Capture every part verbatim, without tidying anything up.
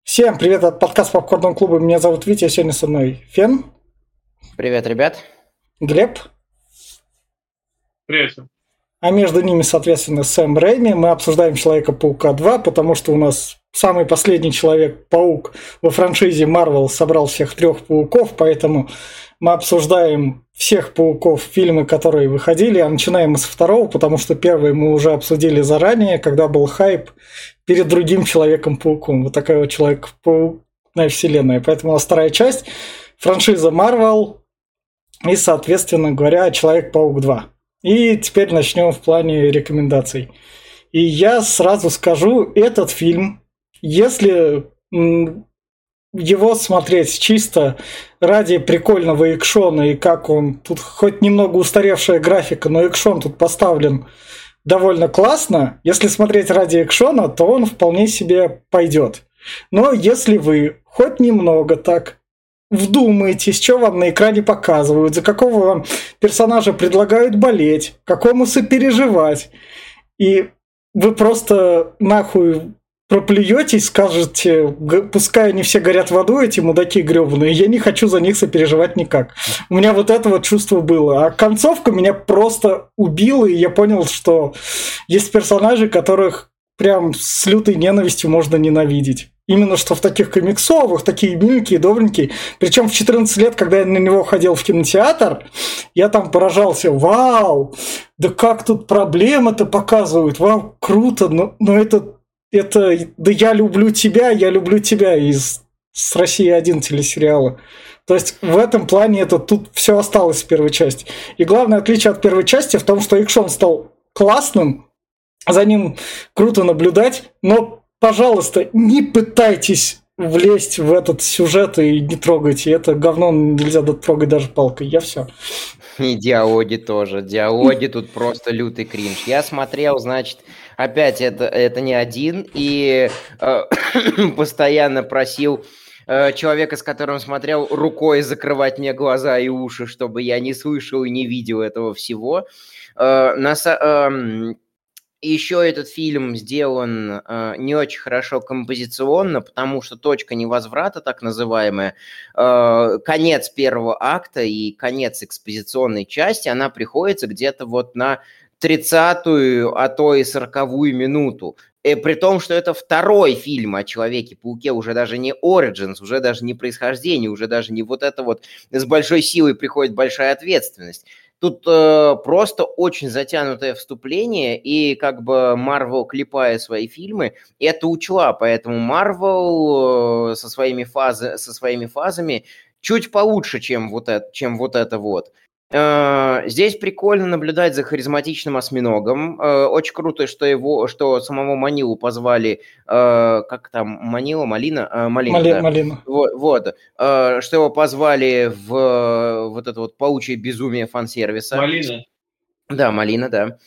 Всем привет от подкаста Попкорного клуба. Меня зовут Витя, сегодня со мной Фен. Привет, ребят. Глеб. Привет. А между ними, соответственно, Сэм Рэйми. Мы обсуждаем Человека-паука два, потому что у нас самый последний Человек-паук во франшизе Marvel собрал всех трех пауков, поэтому мы обсуждаем всех пауков, фильмы, которые выходили, а начинаем мы с второго, потому что первый мы уже обсудили заранее, когда был хайп перед другим Человеком-пауком. Вот такая вот Человек-паукная вселенная. Поэтому у нас вторая часть, франшиза Marvel и, соответственно говоря, Человек-паук два. И теперь начнем в плане рекомендаций. И я сразу скажу, этот фильм, если его смотреть чисто ради прикольного экшона, и как он, тут хоть немного устаревшая графика, но экшон тут поставлен довольно классно, если смотреть ради экшона, то он вполне себе пойдет. Но если вы хоть немного так вдумайтесь, что вам на экране показывают, за какого вам персонажа предлагают болеть, какому сопереживать, и вы просто нахуй проплюетесь, скажете, пускай они все горят в аду, эти мудаки гребаные, я не хочу за них сопереживать никак. У меня вот это вот чувство было. А концовка меня просто убила, и я понял, что есть персонажи, которых прям с лютой ненавистью можно ненавидеть. Именно что в таких комиксовых, такие миленькие, добренькие. Причем в четырнадцать лет, когда я на него ходил в кинотеатр, я там поражался. Вау, да как тут проблемы-то показывают. Вау, круто, но, но это, это... Да я люблю тебя, я люблю тебя из с России один телесериала. То есть в этом плане это тут все осталось в первой части. И главное отличие от первой части в том, что экшон стал классным, за ним круто наблюдать, но, пожалуйста, не пытайтесь влезть в этот сюжет и не трогайте. Это говно нельзя трогать даже палкой. Я все. И диалоги тоже. Диалоги тут просто лютый кринж. Я смотрел, значит, опять это, это не один, и э, постоянно просил э, человека, с которым смотрел, рукой закрывать мне глаза и уши, чтобы я не слышал и не видел этого всего. Э, на, э, Еще этот фильм сделан э, не очень хорошо композиционно, потому что точка невозврата, так называемая, э, конец первого акта и конец экспозиционной части, она приходится где-то вот на тридцатую, а то и сороковую минуту. И при том, что это второй фильм о Человеке-пауке, уже даже не Origins, уже даже не происхождение, уже даже не вот это вот с большой силой приходит большая ответственность. Тут э, просто очень затянутое вступление, и как бы Marvel, клепая свои фильмы, это учла, поэтому Marvel э, со, своими фазы, со своими фазами чуть получше, чем вот это, чем вот это вот. Э, здесь прикольно наблюдать за харизматичным осьминогом. Э, очень круто, что его, что самого Манилу позвали, э, как там, Манила, Малина? Э, Малина, Мали, да. Малина. Вот, вот. Э, что его позвали в э, вот это вот паучье безумие фан-сервиса. Малина. Да, Малина, да.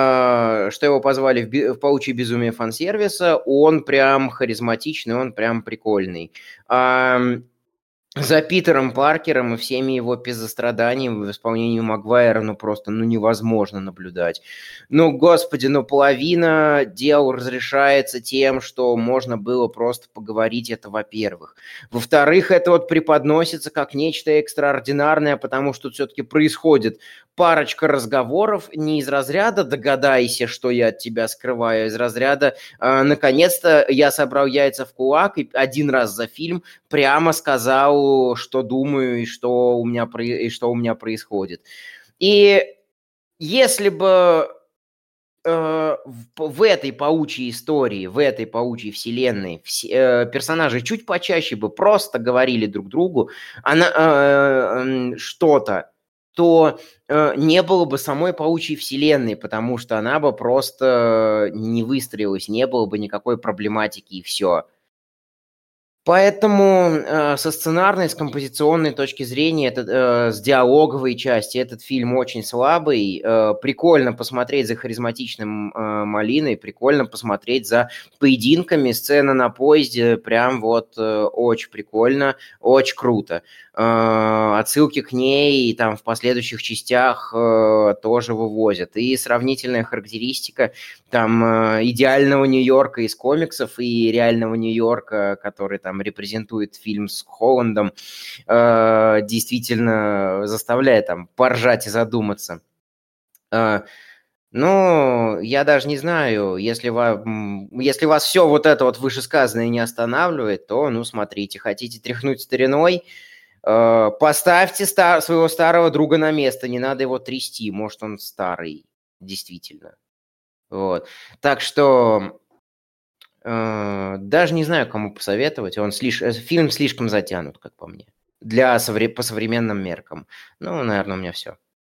Э, что его позвали в, би- в паучье безумие фан-сервиса. Он прям харизматичный, он прям прикольный. Ам, За Питером Паркером и всеми его пизостраданиями в исполнении Магуайра, ну просто, ну невозможно наблюдать. Ну, господи, ну половина дел разрешается тем, что можно было просто поговорить, это во-первых. Во-вторых, это вот преподносится как нечто экстраординарное, потому что все-таки происходит парочка разговоров не из разряда «догадайся, что я от тебя скрываю», а из разряда э, «наконец-то я собрал яйца в кулак и один раз за фильм прямо сказал, что думаю и что у меня, и что у меня происходит». И если бы э, в, в этой паучьей истории, в этой паучьей вселенной все, э, персонажи чуть почаще бы просто говорили друг другу она, э, э, что-то, то э, не было бы самой паучьей вселенной, потому что она бы просто не выстроилась, не было бы никакой проблематики и все. Поэтому э, со сценарной, с композиционной точки зрения, это, э, с диалоговой части этот фильм очень слабый. Э, прикольно посмотреть за харизматичным э, Малиной, прикольно посмотреть за поединками. Сцена на поезде прям вот э, очень прикольно, очень круто. Э, отсылки к ней там в последующих частях э, тоже вывозят. И сравнительная характеристика там э, идеального Нью-Йорка из комиксов и реального Нью-Йорка, который там репрезентует фильм с Холландом, э, действительно заставляет там поржать и задуматься. Э, ну, я даже не знаю, если, ва- если вас все вот это вот вышесказанное не останавливает, то, ну, смотрите, хотите тряхнуть стариной, э, поставьте ста- своего старого друга на место, не надо его трясти, может, он старый, действительно. Вот. Так что э, даже не знаю, кому посоветовать. Он слиш... э, Фильм слишком затянут, как по мне. Для совре... По современным меркам. Ну, наверное, у меня все.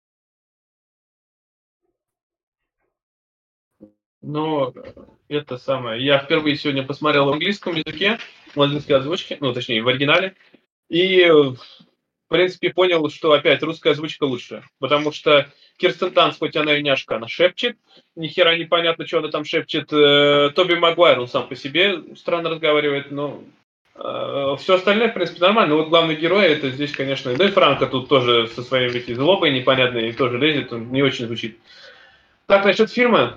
Но это самое. Я впервые сегодня посмотрел в английском языке, в английской озвучке, ну, точнее, в оригинале. И, в принципе, понял, что опять русская озвучка лучше. Потому что Кирстен Данст, хоть она и няшка, она шепчет. Ни хера непонятно, что она там шепчет. Э, Тоби Магуайр, он сам по себе странно разговаривает, но э, все остальное, в принципе, нормально. Вот главный герой, это здесь, конечно, да и Франко тут тоже со своей этой злобой непонятной тоже лезет, он не очень звучит. Так, насчет фильма.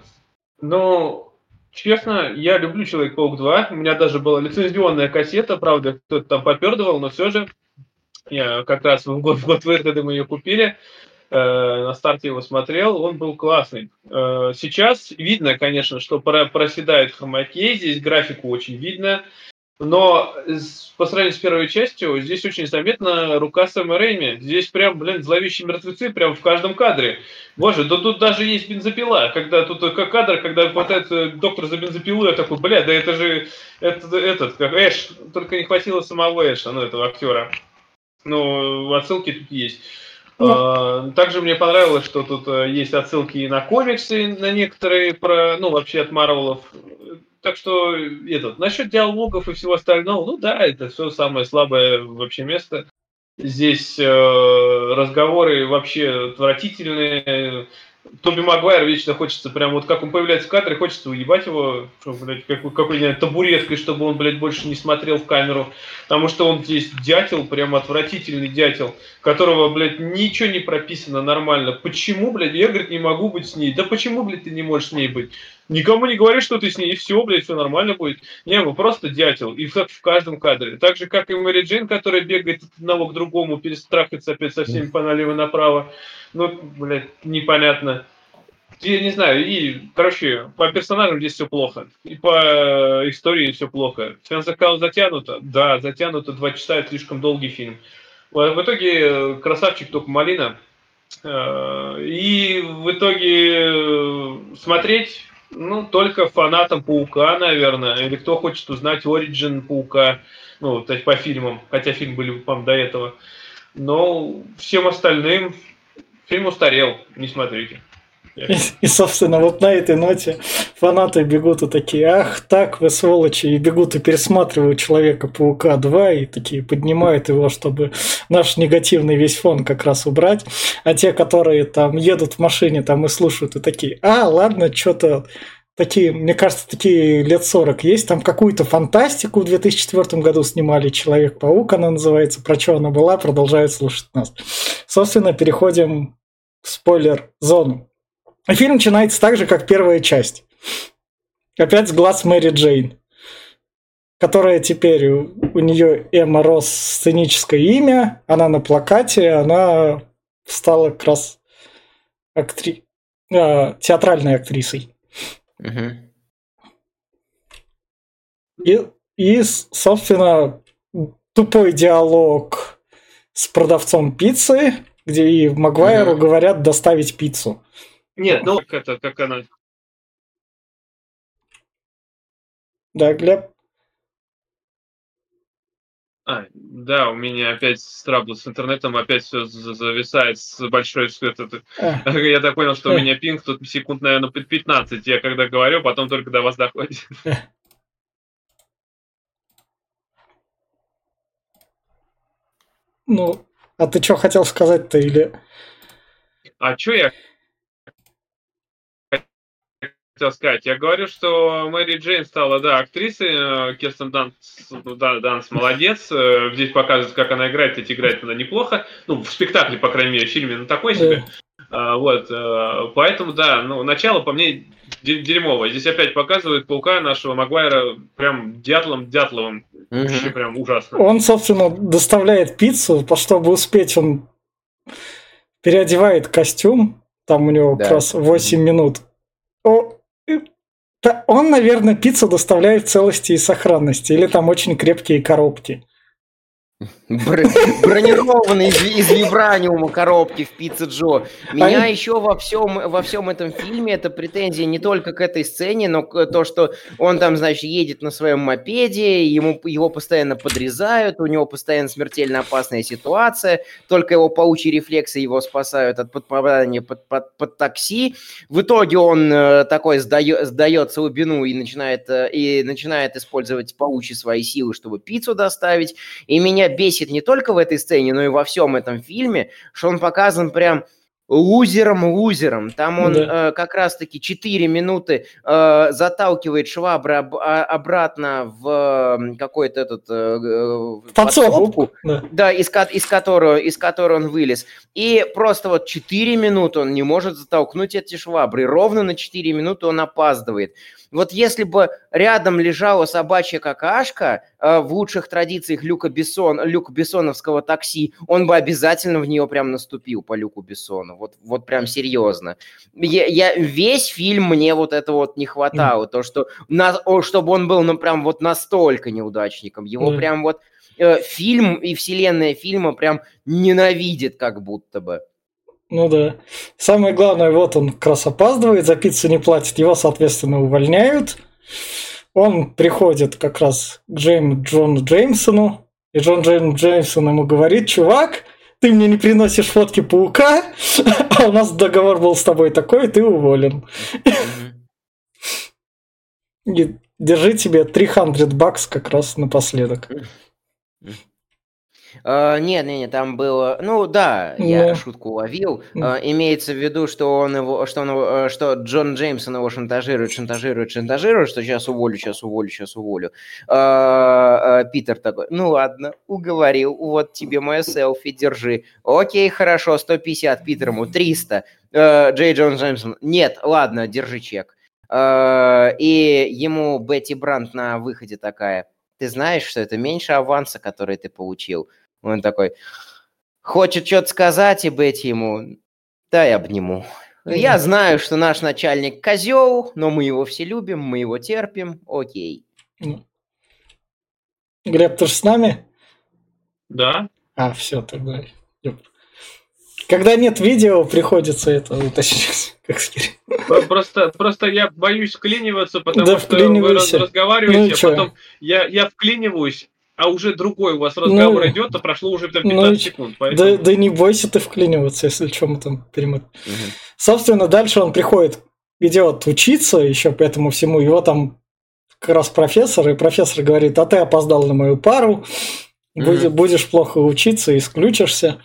Ну, честно, я люблю Человек-паук два. У меня даже была лицензионная кассета, правда, кто-то там попердывал, но все же я как раз в год, в год выхода мы ее купили, э, на старте его смотрел, он был классный. Э, сейчас видно, конечно, что про- проседает хромакей, здесь графику очень видно, но с- по сравнению с первой частью, здесь очень заметна рука Сэма Рэйми. Здесь прям, блин, зловещие мертвецы прям в каждом кадре. Боже, да тут даже есть бензопила. Когда тут как кадр, когда хватает доктор за бензопилу, я такой, бля, да это же это, этот, как Эш. Только не хватило самого Эша, ну, этого актера. Ну, отсылки тут есть. Ну, А, Также мне понравилось, что тут э, есть отсылки и на комиксы, на некоторые, про, ну, вообще от Марвелов. Так что, этот, насчет диалогов и всего остального, ну да, это все самое слабое вообще место. Здесь э, разговоры вообще отвратительные. Тоби Магуайр вечно хочется, прям вот как он появляется в кадре, хочется уебать его, что, блядь, как, какой-нибудь табуреткой, чтобы он, блядь, больше не смотрел в камеру. Потому что он здесь дятел, прям отвратительный дятел, которого, блядь, ничего не прописано нормально. Почему, блядь, я, говорит, не могу быть с ней? Да почему, блядь, ты не можешь с ней быть? Никому не говори, что ты с ней, и все, блядь, все нормально будет. Не, вы просто дятел, и так в каждом кадре. Так же, как и Мэри Джейн, которая бегает от одного к другому, перестрахается опять со всеми по налево и направо. Ну, блядь, непонятно. Я не знаю, и, короче, по персонажам здесь все плохо. И по истории все плохо. Фэнзакал затянуто? Да, затянуто. Два часа, это слишком долгий фильм. В итоге красавчик только Малина. И в итоге смотреть, ну, только фанатам Паука, наверное, или кто хочет узнать Origin Паука, ну, то есть по фильмам, хотя фильм были, по-моему, до этого. Но всем остальным фильм устарел, не смотрите. И, и, собственно, вот на этой ноте фанаты бегут и такие, ах, так вы сволочи, и бегут и пересматривают Человека-паука два, и такие поднимают его, чтобы наш негативный весь фон как раз убрать. А те, которые там едут в машине там и слушают, и такие, а, ладно, что-то такие, мне кажется, такие лет сорок есть, там какую-то фантастику в две тысячи четвёртом году снимали, Человек-паук она называется, про что она была, продолжают слушать нас. Собственно, переходим в спойлер-зону. Фильм начинается так же, как первая часть. Опять с глаз Мэри Джейн, которая теперь, у, у нее Эмма Росс сценическое имя, она на плакате, она стала как раз актри... э, театральной актрисой. Угу. И, и, собственно, тупой диалог с продавцом пиццы, где и Магуайру угу. говорят доставить пиццу. Нет, ну как это, как она. Да, Глеб? А, да, у меня опять траблы с интернетом, опять все зависает с большой... А. Я так понял, что а. у меня пинг тут секунд, наверное, пятнадцать. Я когда говорю, потом только до вас доходит. Ну, а ты что хотел сказать-то, или... А что я хотел сказать? Я говорю, что Мэри Джейн стала, да, актрисой, Кирстен Данст, да, Данст молодец, здесь показывает, как она играет, ведь играет она неплохо, ну, в спектакле, по крайней мере, в фильме, ну, такой себе. А, вот, поэтому, да, ну, начало по мне дерьмовое. Здесь опять показывают паука нашего Магуайра прям дятлом-дятловым. Mm-hmm. Вообще прям ужасно. Он, собственно, доставляет пиццу, чтобы успеть, он переодевает костюм, там у него да. как раз восемь минут. Он, наверное, пиццу доставляет в целости и сохранности, или там очень крепкие коробки. Бронированные из, из вибраниума коробки в Пицца Джо. Меня а еще во всем, во всем этом фильме это претензия не только к этой сцене, но к то, что он там, значит, едет на своем мопеде, ему, его постоянно подрезают, у него постоянно смертельно опасная ситуация, только его паучьи рефлексы его спасают от попадания под, под, под такси. В итоге он э, такой сдает, сдает слабину и начинает, э, и начинает использовать паучьи свои силы, чтобы пиццу доставить. И меня бесит не только в этой сцене, но и во всем этом фильме, что он показан прям лузером-лузером. Там он да. э, как раз-таки четыре минуты э, заталкивает Швабра об, а, обратно в какой-то этот э, подсобку, да, да из, из, которого, из которой он вылез. И просто вот четыре минуты он не может затолкнуть эти Швабры. Ровно на четыре минуты он опаздывает. Вот если бы рядом лежала собачья какашка э, в лучших традициях Люка Бессон, Люка Бессоновского такси, он бы обязательно в нее прям наступил по Люку Бессону. Вот, вот прям серьезно. Я, я, весь фильм мне вот это вот не хватало. Mm. То, что на, о, чтобы он был ну, прям вот настолько неудачником. Его mm. прям вот э, фильм и вселенная фильма прям ненавидит как будто бы. Ну да. Самое главное, вот он как раз опаздывает, за пиццу не платит, его, соответственно, увольняют. Он приходит как раз к Джейм, Джону Джеймсону, и Джон Джейм Джеймсон ему говорит: чувак, ты мне не приносишь фотки паука, а у нас договор был с тобой такой, ты уволен. И держи тебе триста баксов как раз напоследок. Uh, нет, нет, нет, там было, ну да, yeah. я шутку уловил. Uh, имеется в виду, что он его, что он, что Джон Джеймсон его шантажирует, шантажирует, шантажирует, что сейчас уволю, сейчас уволю, сейчас уволю. Uh, uh, Питер такой: ну ладно, уговорил, вот тебе мое селфи, держи. Окей, хорошо, сто пятьдесят, Питер ему триста. Uh, Джей Джон Джеймсон: нет, ладно, держи чек. Uh, и ему Бетти Брандт на выходе такая: ты знаешь, что это меньше аванса, который ты получил? Он такой: хочет что-то сказать, и Бетти ему: дай обниму. Mm-hmm. Я знаю, что наш начальник козел, но мы его все любим, мы его терпим, окей. Mm-hmm. Глеб, ты же с нами? Да. А, все, тогда. Когда нет видео, приходится это уточнять. Просто, просто я боюсь вклиниваться, потому да, что вы разговариваете, ну, а потом я, я вклиниваюсь, а уже другой у вас разговор ну, идет, а прошло уже там пятнадцать ну, секунд. Поэтому... Да, да не бойся ты вклиниваться, если что мы там перемотаем. Угу. Собственно, дальше он приходит, идет учиться еще по этому всему, его там как раз профессор, и профессор говорит: а ты опоздал на мою пару, угу. будешь плохо учиться, исключишься.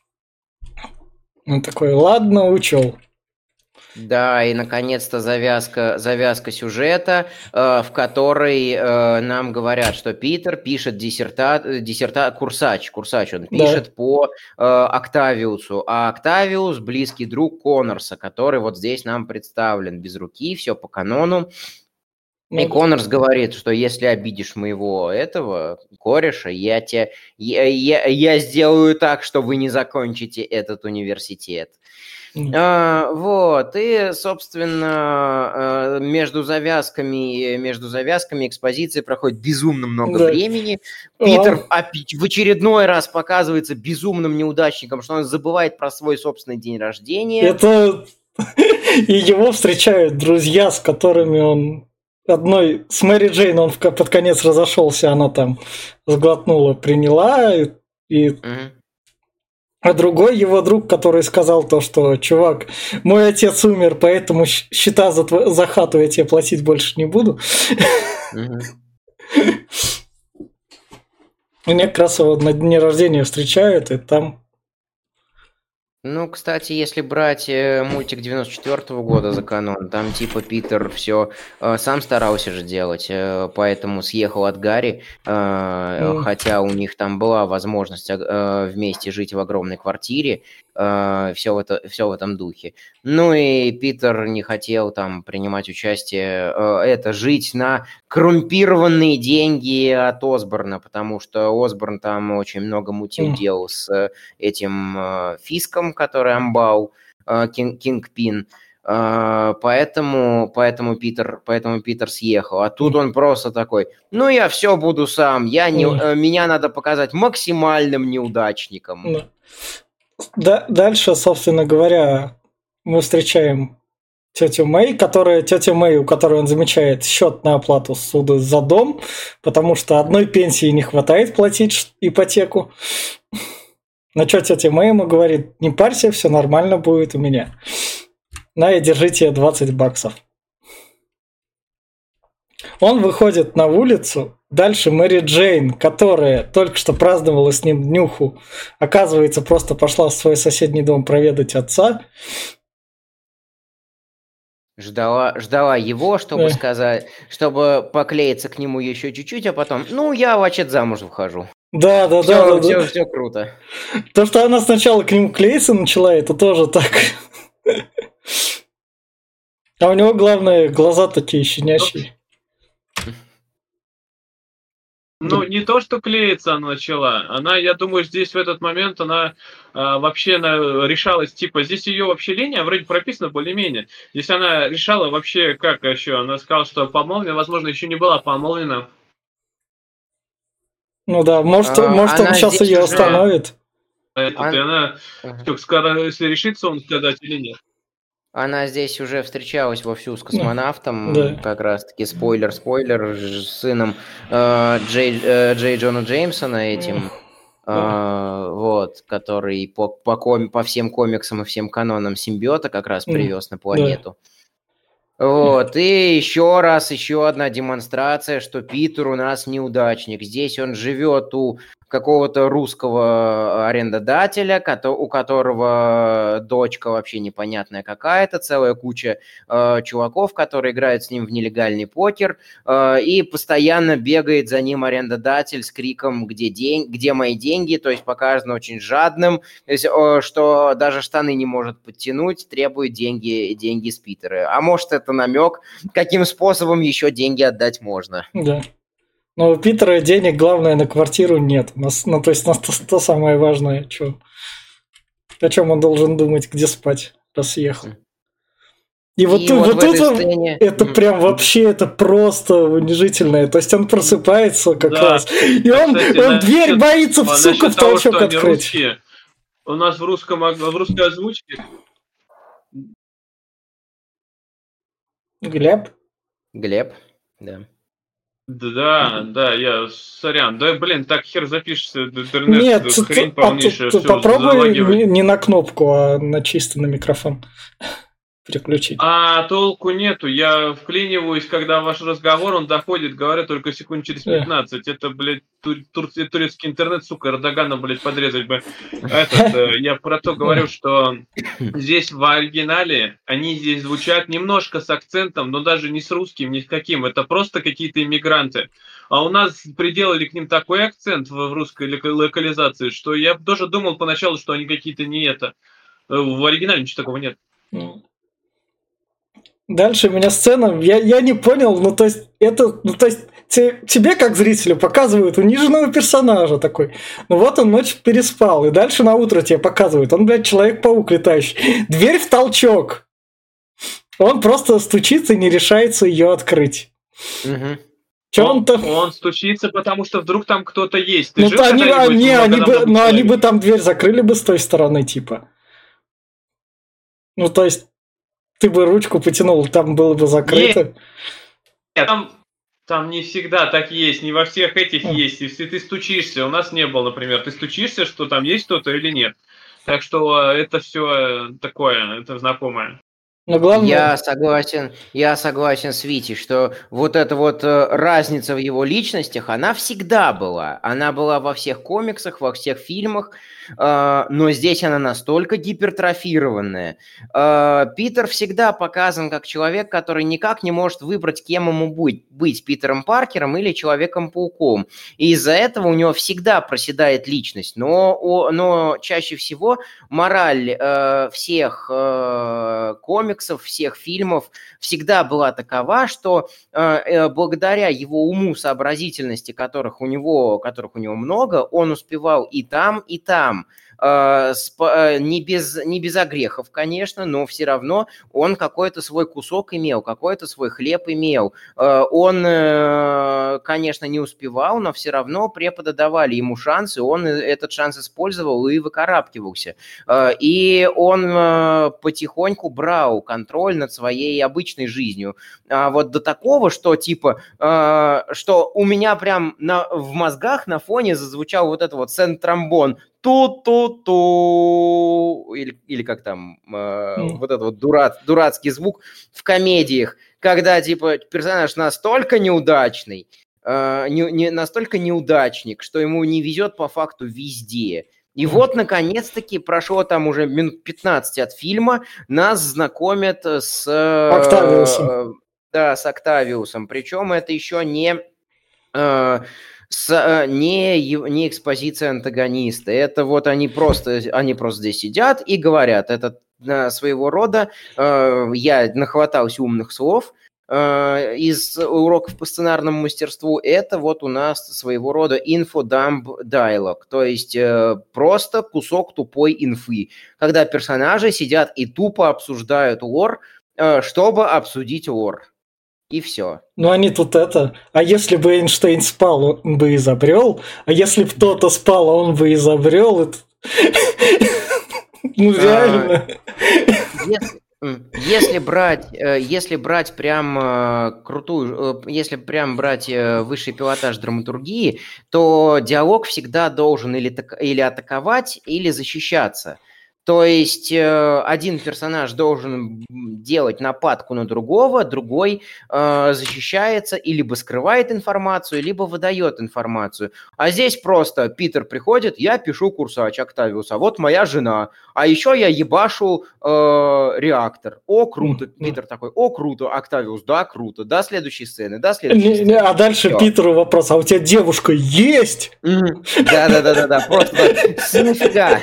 Он такой: ладно, учел. Да, и наконец-то завязка, завязка сюжета, э, в которой э, нам говорят, что Питер пишет диссерта, диссерта, курсач, курсач он пишет да. по э, Октавиусу, а Октавиус близкий друг Коннорса, который вот здесь нам представлен без руки, все по канону. И Коннорс говорит, что если обидишь моего этого кореша, я, те, я, я, я сделаю так, что вы не закончите этот университет. Mm. А, вот, и, собственно, между завязками, между завязками экспозиции проходит безумно много да. времени. Питер wow. в очередной раз показывается безумным неудачником, что он забывает про свой собственный день рождения. Это... И его встречают друзья, с которыми он... Одной с Мэри Джейн он под конец разошелся, она там сглотнула, приняла, и, и... Mm-hmm. а другой его друг, который сказал то, что чувак, мой отец умер, поэтому счета за, тв... за хату я тебе платить больше не буду. Mm-hmm. Мне как раз его на дне рождения встречают, и там... Ну, кстати, если брать э, мультик девяносто четвёртого года за канон, там типа Питер все э, сам старался же делать, э, поэтому съехал от Гарри, э, Mm. хотя у них там была возможность э, вместе жить в огромной квартире, э, все, в это, все в этом духе. Ну и Питер не хотел там принимать участие, э, это, жить на коррумпированные деньги от Осборна, потому что Осборн там очень много мутил Mm. дел с этим э, Фиском, который амбал, э, Кинг, Кингпин. Э, поэтому, поэтому, Питер, поэтому Питер съехал. А тут он просто такой, ну я все буду сам, я не, Mm. э, меня надо показать максимальным неудачником. Да. Да, дальше, собственно говоря, мы встречаем тетю Мэй, которая, тетя Мэй, у которой он замечает счет на оплату суда за дом, потому что одной пенсии не хватает платить ипотеку. На что тетя Мэй ему говорит, не парься, все нормально будет у меня. На, и держите двадцать баксов. Он выходит на улицу, дальше Мэри Джейн, которая только что праздновала с ним днюху, оказывается, просто пошла в свой соседний дом проведать отца. Ждала, ждала его, чтобы Да. сказать, чтобы поклеиться к нему еще чуть-чуть, а потом, ну, я вообще замуж выхожу. Да, да, Все, да, да, все, да. все круто. То, что она сначала к нему клеиться начала, это тоже так. А у него, главное, глаза такие щенячьи. Ну, не то, что клеится она начала. Она, я думаю, здесь в этот момент она а, вообще она решалась, типа, здесь ее вообще линия вроде прописана более-менее. Здесь она решала вообще, как еще. Она сказала, что помолвлена, возможно, еще не была помолвлена. Ну да, может, А, может он она сейчас здесь ее уже- остановит. Этот, Ан- И она, Ага. что, скоро, если решится он сказать или нет. Она здесь уже встречалась вовсю с космонавтом, Да. как раз-таки спойлер-спойлер, ж- с сыном э, Джей, э, Джей Джона Джеймсона этим, э, вот, который по, по, ком- по всем комиксам и всем канонам симбиота как раз М, привез на планету. Вот, и еще раз, еще одна демонстрация, что Питер у нас неудачник. Здесь он живет у какого-то русского арендодателя, кото- у которого дочка вообще непонятная какая-то, целая куча э, чуваков, которые играют с ним в нелегальный покер, э, и постоянно бегает за ним арендодатель с криком «Где, день- где мои деньги?», то есть показан очень жадным, то есть, э, что даже штаны не может подтянуть, требует деньги, деньги с Питера. А может, это намек, каким способом еще деньги отдать можно. Да. Но у Питера денег, главное, на квартиру нет. У нас- Ну, то есть, у нас то, то самое важное, чё- о чем он должен думать, где спать, раз съехал. И вот, И тут- вот вот в тут этой он- сцене- это Мгм. прям вообще, это просто унижительное. То есть он просыпается как Да. раз, и он, Кстати, он дверь насчет- боится, А сука, насчет в того, толчок что они открыть. русские, у нас в русском в русской озвучке Глеб? Глеб, да. Да, да, я сорян. Да, блин, так хер запишешься, интернет, Нет, т- хрень т- а полнейшая, ты- ты всё попробуй залагивает. не, не на кнопку, а на чисто на микрофон переключить. А толку нету, я вклиниваюсь, когда ваш разговор, он доходит, говорю, только секунд через Э. пятнадцать. Это, блядь, тур- тур- турецкий интернет, сука, Эрдогана, блядь, подрезать бы. Этот, э, я про то говорю, что здесь в оригинале, они здесь звучат немножко с акцентом, но даже не с русским, ни с каким. Это просто какие-то иммигранты. А у нас приделали к ним такой акцент в русской лока- локализации, что я тоже думал поначалу, что они какие-то не это. Э, В оригинале ничего такого нет. Ну. Дальше у меня сцена, я, я не понял, ну то есть это, ну то есть те- тебе как зрителю показывают униженного персонажа такой, ну вот он ночь переспал, и дальше на утро тебе показывают, он, блядь, Человек-паук летающий, дверь в толчок, он просто стучится и не решается ее открыть. Мгм. Че он, он там? он стучится, потому что вдруг там кто-то есть. Ты Ну жил то они, когда-нибудь они, много они, на бы, много ну, они человек? бы там дверь закрыли бы с той стороны, типа. Ну то есть ты бы ручку потянул, там было бы закрыто. Нет, там, там не всегда так есть, не во всех этих Мгм. есть. Если ты стучишься, у нас не было, например, ты стучишься, что там есть кто-то или нет. Так что э, это все такое, это знакомое. Но главное... Я согласен, я согласен с Витей, что вот эта вот э, разница в его личностях, она всегда была. Она была во всех комиксах, во всех фильмах, э, но здесь она настолько гипертрофированная. Э, Питер всегда показан как человек, который никак не может выбрать, кем ему быть, быть Питером Паркером или Человеком-пауком. И из-за этого у него всегда проседает личность. Но, о, но чаще всего мораль э, всех э, комиксов, всех фильмов всегда была такова, что э, э, благодаря его уму, сообразительности, которых у него, которых у него много, он успевал и там, и там. Э, спа- не, без, не без огрехов, конечно, но все равно он какой-то свой кусок имел, какой-то свой хлеб имел. Э, он, э, конечно, не успевал, но все равно преподы давали ему шанс, и он этот шанс использовал и выкарабкивался. Э, и он э, потихоньку брал контроль над своей обычной жизнью. А вот до такого, что типа, э, что у меня прям на, в мозгах на фоне зазвучал вот это вот сент-тромбон, ту-ту-ту, или, или как там, э, mm. вот этот вот дурак, дурацкий звук в комедиях, когда типа персонаж настолько неудачный, э, не, не, настолько неудачник, что ему не везет по факту везде. И вот, наконец-таки, прошло там уже минут пятнадцать от фильма, нас знакомят с... Октавиусом. Да, с Октавиусом. Причем это еще не... С, не, не экспозиция антагониста. Это вот они просто, они просто здесь сидят и говорят. Это своего рода... Я нахватался умных слов из уроков по сценарному мастерству. Это вот у нас своего рода infodump dialogue, то есть э, просто кусок тупой инфы, когда персонажи сидят и тупо обсуждают лор, э, чтобы обсудить лор. И все. Ну они тут это... А если бы Эйнштейн спал, он бы изобрел. А если бы кто-то спал, он бы изобрел. Ну реально. Если брать, если брать прям крутую, если прям брать высший пилотаж драматургии, то диалог всегда должен или, или атаковать, или защищаться. То есть один персонаж должен делать нападку на другого, другой э, защищается и либо скрывает информацию, либо выдает информацию. А здесь просто Питер приходит, я пишу курсач Октавиуса, вот моя жена, а еще я ебашу э, реактор. О, круто. Mm-hmm. Питер такой, о, круто. Октавиус, да, круто. До следующей сцены, до следующей не, сцены. Не, а дальше Все. Питеру вопрос, а у тебя девушка есть? Да-да-да-да, просто нифига.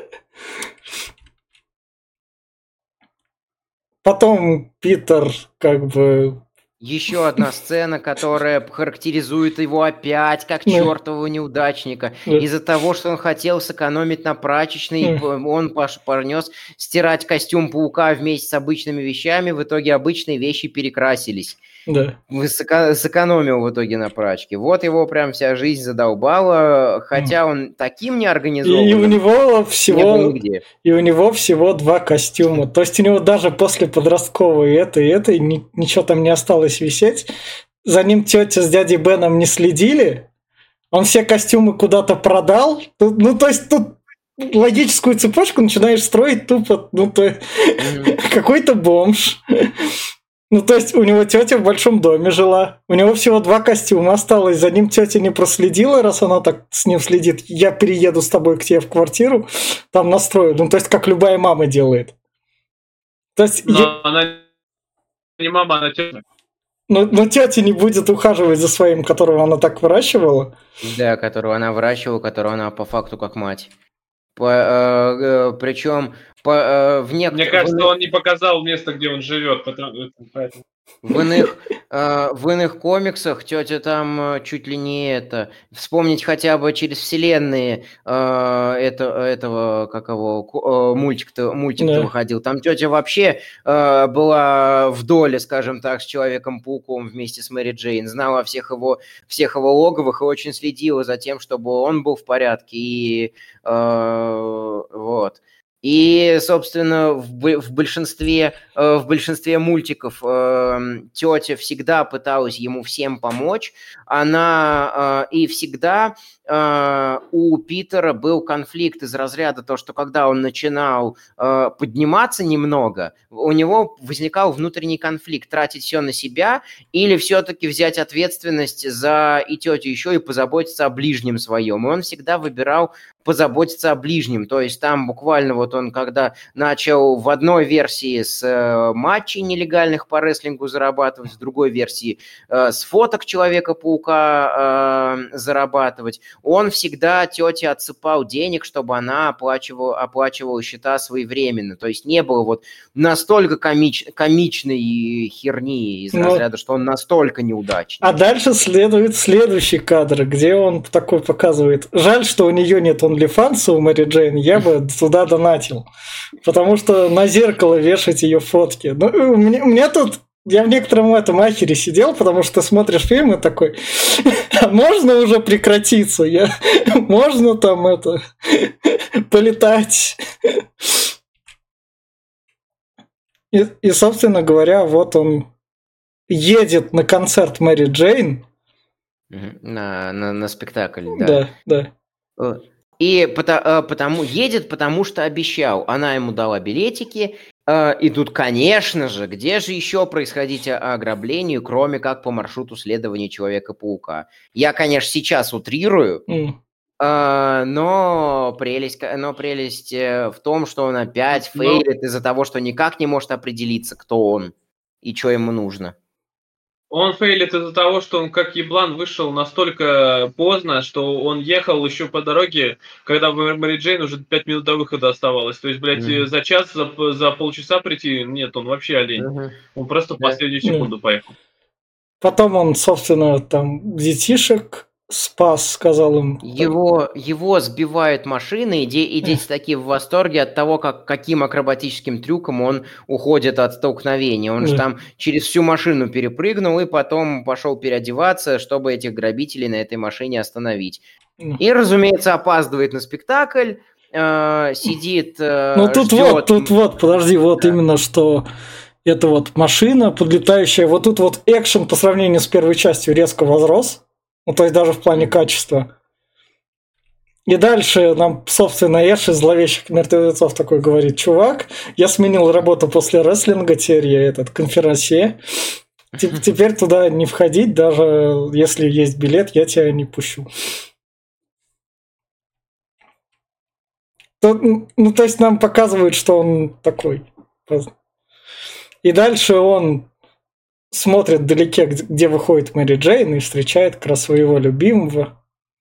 Потом Питер как бы... Еще одна сцена, которая характеризует его опять как чертового неудачника. Из-за того, что он хотел сэкономить на прачечной, он понес стирать костюм паука вместе с обычными вещами, в итоге обычные вещи перекрасились. Да. Сэкономил в итоге на прачке. Вот его прям вся жизнь задолбала, хотя он таким неорганизованным. И у него всего, и у него всего два костюма. То есть у него даже после подростковой этой, этой ничего там не осталось висеть. За ним тетя с дядей Беном не следили. Он все костюмы куда-то продал. Ну, то есть тут логическую цепочку начинаешь строить тупо. Ну, то mm-hmm. какой-то бомж. Ну, то есть у него тетя в большом доме жила. У него всего два костюма осталось. За ним тетя не проследила, раз она так с ним следит. Я перееду с тобой к тебе в квартиру, там настрою. Ну, то есть как любая мама делает. То есть, но я... она не мама, она тетя. Но, но тетя не будет ухаживать за своим, которого она так выращивала. Да, которого она выращивала, которого она по факту как мать. По, э, э, причем по, э, в некоторых... Мне кажется, он не показал место, где он живет. Потому... В иных, э, в иных комиксах тетя там чуть ли не это... Вспомнить хотя бы через вселенные э, это, этого, как его, мультик-то, мультик-то да. выходил. Там тетя вообще э, была в доле, скажем так, с Человеком-пауком вместе с Мэри Джейн. Знала всех его, всех его логовых и очень следила за тем, чтобы он был в порядке. И э, вот... И, собственно, в, б- в большинстве, э, в большинстве мультиков э, тетя всегда пыталась ему всем помочь. Она э, и всегда э, у Питера был конфликт из разряда то, что когда он начинал э, подниматься немного, у него возникал внутренний конфликт: тратить все на себя или все-таки взять ответственность за и тетю еще и позаботиться о ближнем своем. И он всегда выбирал позаботиться о ближнем. То есть там буквально вот он, когда начал в одной версии с э, матчей нелегальных по рестлингу зарабатывать, в другой версии э, с фоток Человека-паука э, зарабатывать, он всегда тете отсыпал денег, чтобы она оплачивала, оплачивала счета своевременно. То есть не было вот настолько комич, комичной херни из Ну, разряда, что он настолько неудачный. а дальше следует следующий кадр, где он такой показывает: жаль, что у нее нет OnlyFans у Мэри Джейн, я бы туда донатил. Потому что на зеркало вешать ее фотки. Ну, у меня, у меня тут... Я в некотором этом ахере сидел, потому что смотришь фильм и такой: а можно уже прекратиться? Я... Можно там это... полетать? И, и, собственно говоря, вот он едет на концерт Мэри Джейн. Мгм. На, на, на спектакль, да. Да, да. Э, И пото- э, потому едет, потому что обещал. Она ему дала билетики. э, И тут, конечно же, где же еще происходить о- ограблению, кроме как по маршруту следования Человека-паука? Я, конечно, сейчас утрирую, М. э, но прелесть, ка- но прелесть э, в том, что он опять Но фейлит из-за того, что никак не может определиться, кто он и что ему нужно. он фейлит из-за того, что он как еблан вышел настолько поздно, что он ехал еще по дороге, когда в Мэри Джейн уже пять минут до выхода оставалось. То есть, блядь, Мгм. за час, за, п- за полчаса прийти, нет, он вообще олень. Мгм. Он просто в Да. последнюю Да. секунду поехал. Потом он, собственно, там детишек спас, сказал им. Его, его сбивает машина, и, де- и дети такие в восторге от того, как, каким акробатическим трюком он уходит от столкновения. Он же Да. там через всю машину перепрыгнул и потом пошел переодеваться, чтобы этих грабителей на этой машине остановить. Ну, И, разумеется, опаздывает на спектакль, э, сидит, Ну э, тут вот, ждет. тут вот, подожди, вот Да. именно что это вот машина подлетающая. Вот тут вот экшен по сравнению с первой частью резко возрос. Ну, то есть даже в плане качества. И дальше нам, собственно, Эш из «Зловещих мертвецов» такой говорит: чувак, я сменил работу после рестлинга, теперь я этот конферансье. Теп- Теперь туда не входить, даже если есть билет, я тебя не пущу. То- Ну, то есть нам показывают, что он такой. И дальше он смотрит вдалеке, г- где выходит Мэри Джейн, и встречает как раз своего любимого.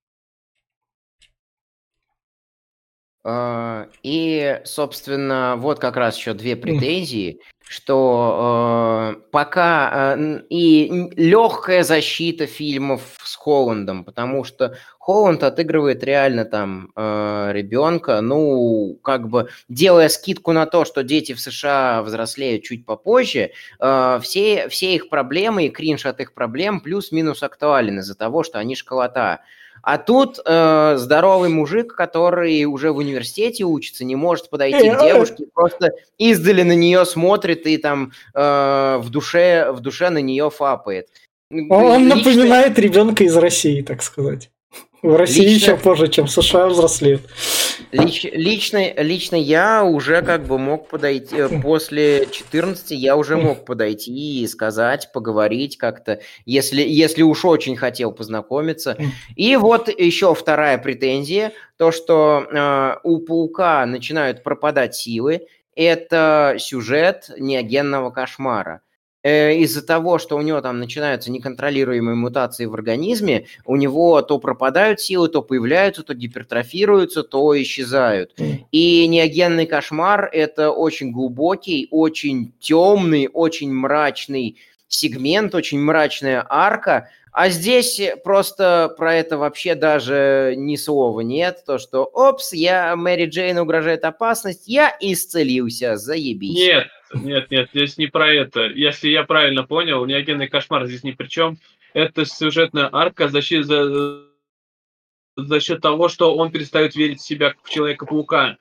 А, И, собственно, вот как раз еще две М. претензии, что э, пока э, н- и легкая защита фильмов с Холландом, потому что Холланд отыгрывает реально там ребенка, ну, как бы делая скидку на то, что дети в США взрослеют чуть попозже, э, все, все их проблемы и кринж от их проблем плюс-минус актуален из-за того, что они школота. А тут э, здоровый мужик, который уже в университете учится, не может подойти Э, к а, девушке, просто издали на нее смотрит и там э, в душе в душе на нее фапает. М, Он Лично, напоминает ребенка из России, так сказать. В России еще лично, позже, чем в США взрослеют. лич- лично, лично я уже как бы мог подойти э, после четырнадцати, я уже мог подойти и сказать, поговорить как-то, если, если уж очень хотел познакомиться. И вот еще вторая претензия, то, что э, у паука начинают пропадать силы, это сюжет неогенного кошмара. Э, Из-за того, что у него там начинаются неконтролируемые мутации в организме, у него то пропадают силы, то появляются, то гипертрофируются, то исчезают. И неогенный кошмар – это очень глубокий, очень темный, очень мрачный сегмент, очень мрачная арка. А здесь просто про это вообще даже ни слова нет. То, что, опс, я, Мэри Джейн угрожает опасность, я исцелился, заебись. Нет, нет, нет, здесь не про это. Если я правильно понял, неогенный кошмар здесь ни при чем. Это сюжетная арка за счет, за, за счет того, что он перестает верить в себя как в Человека-паука.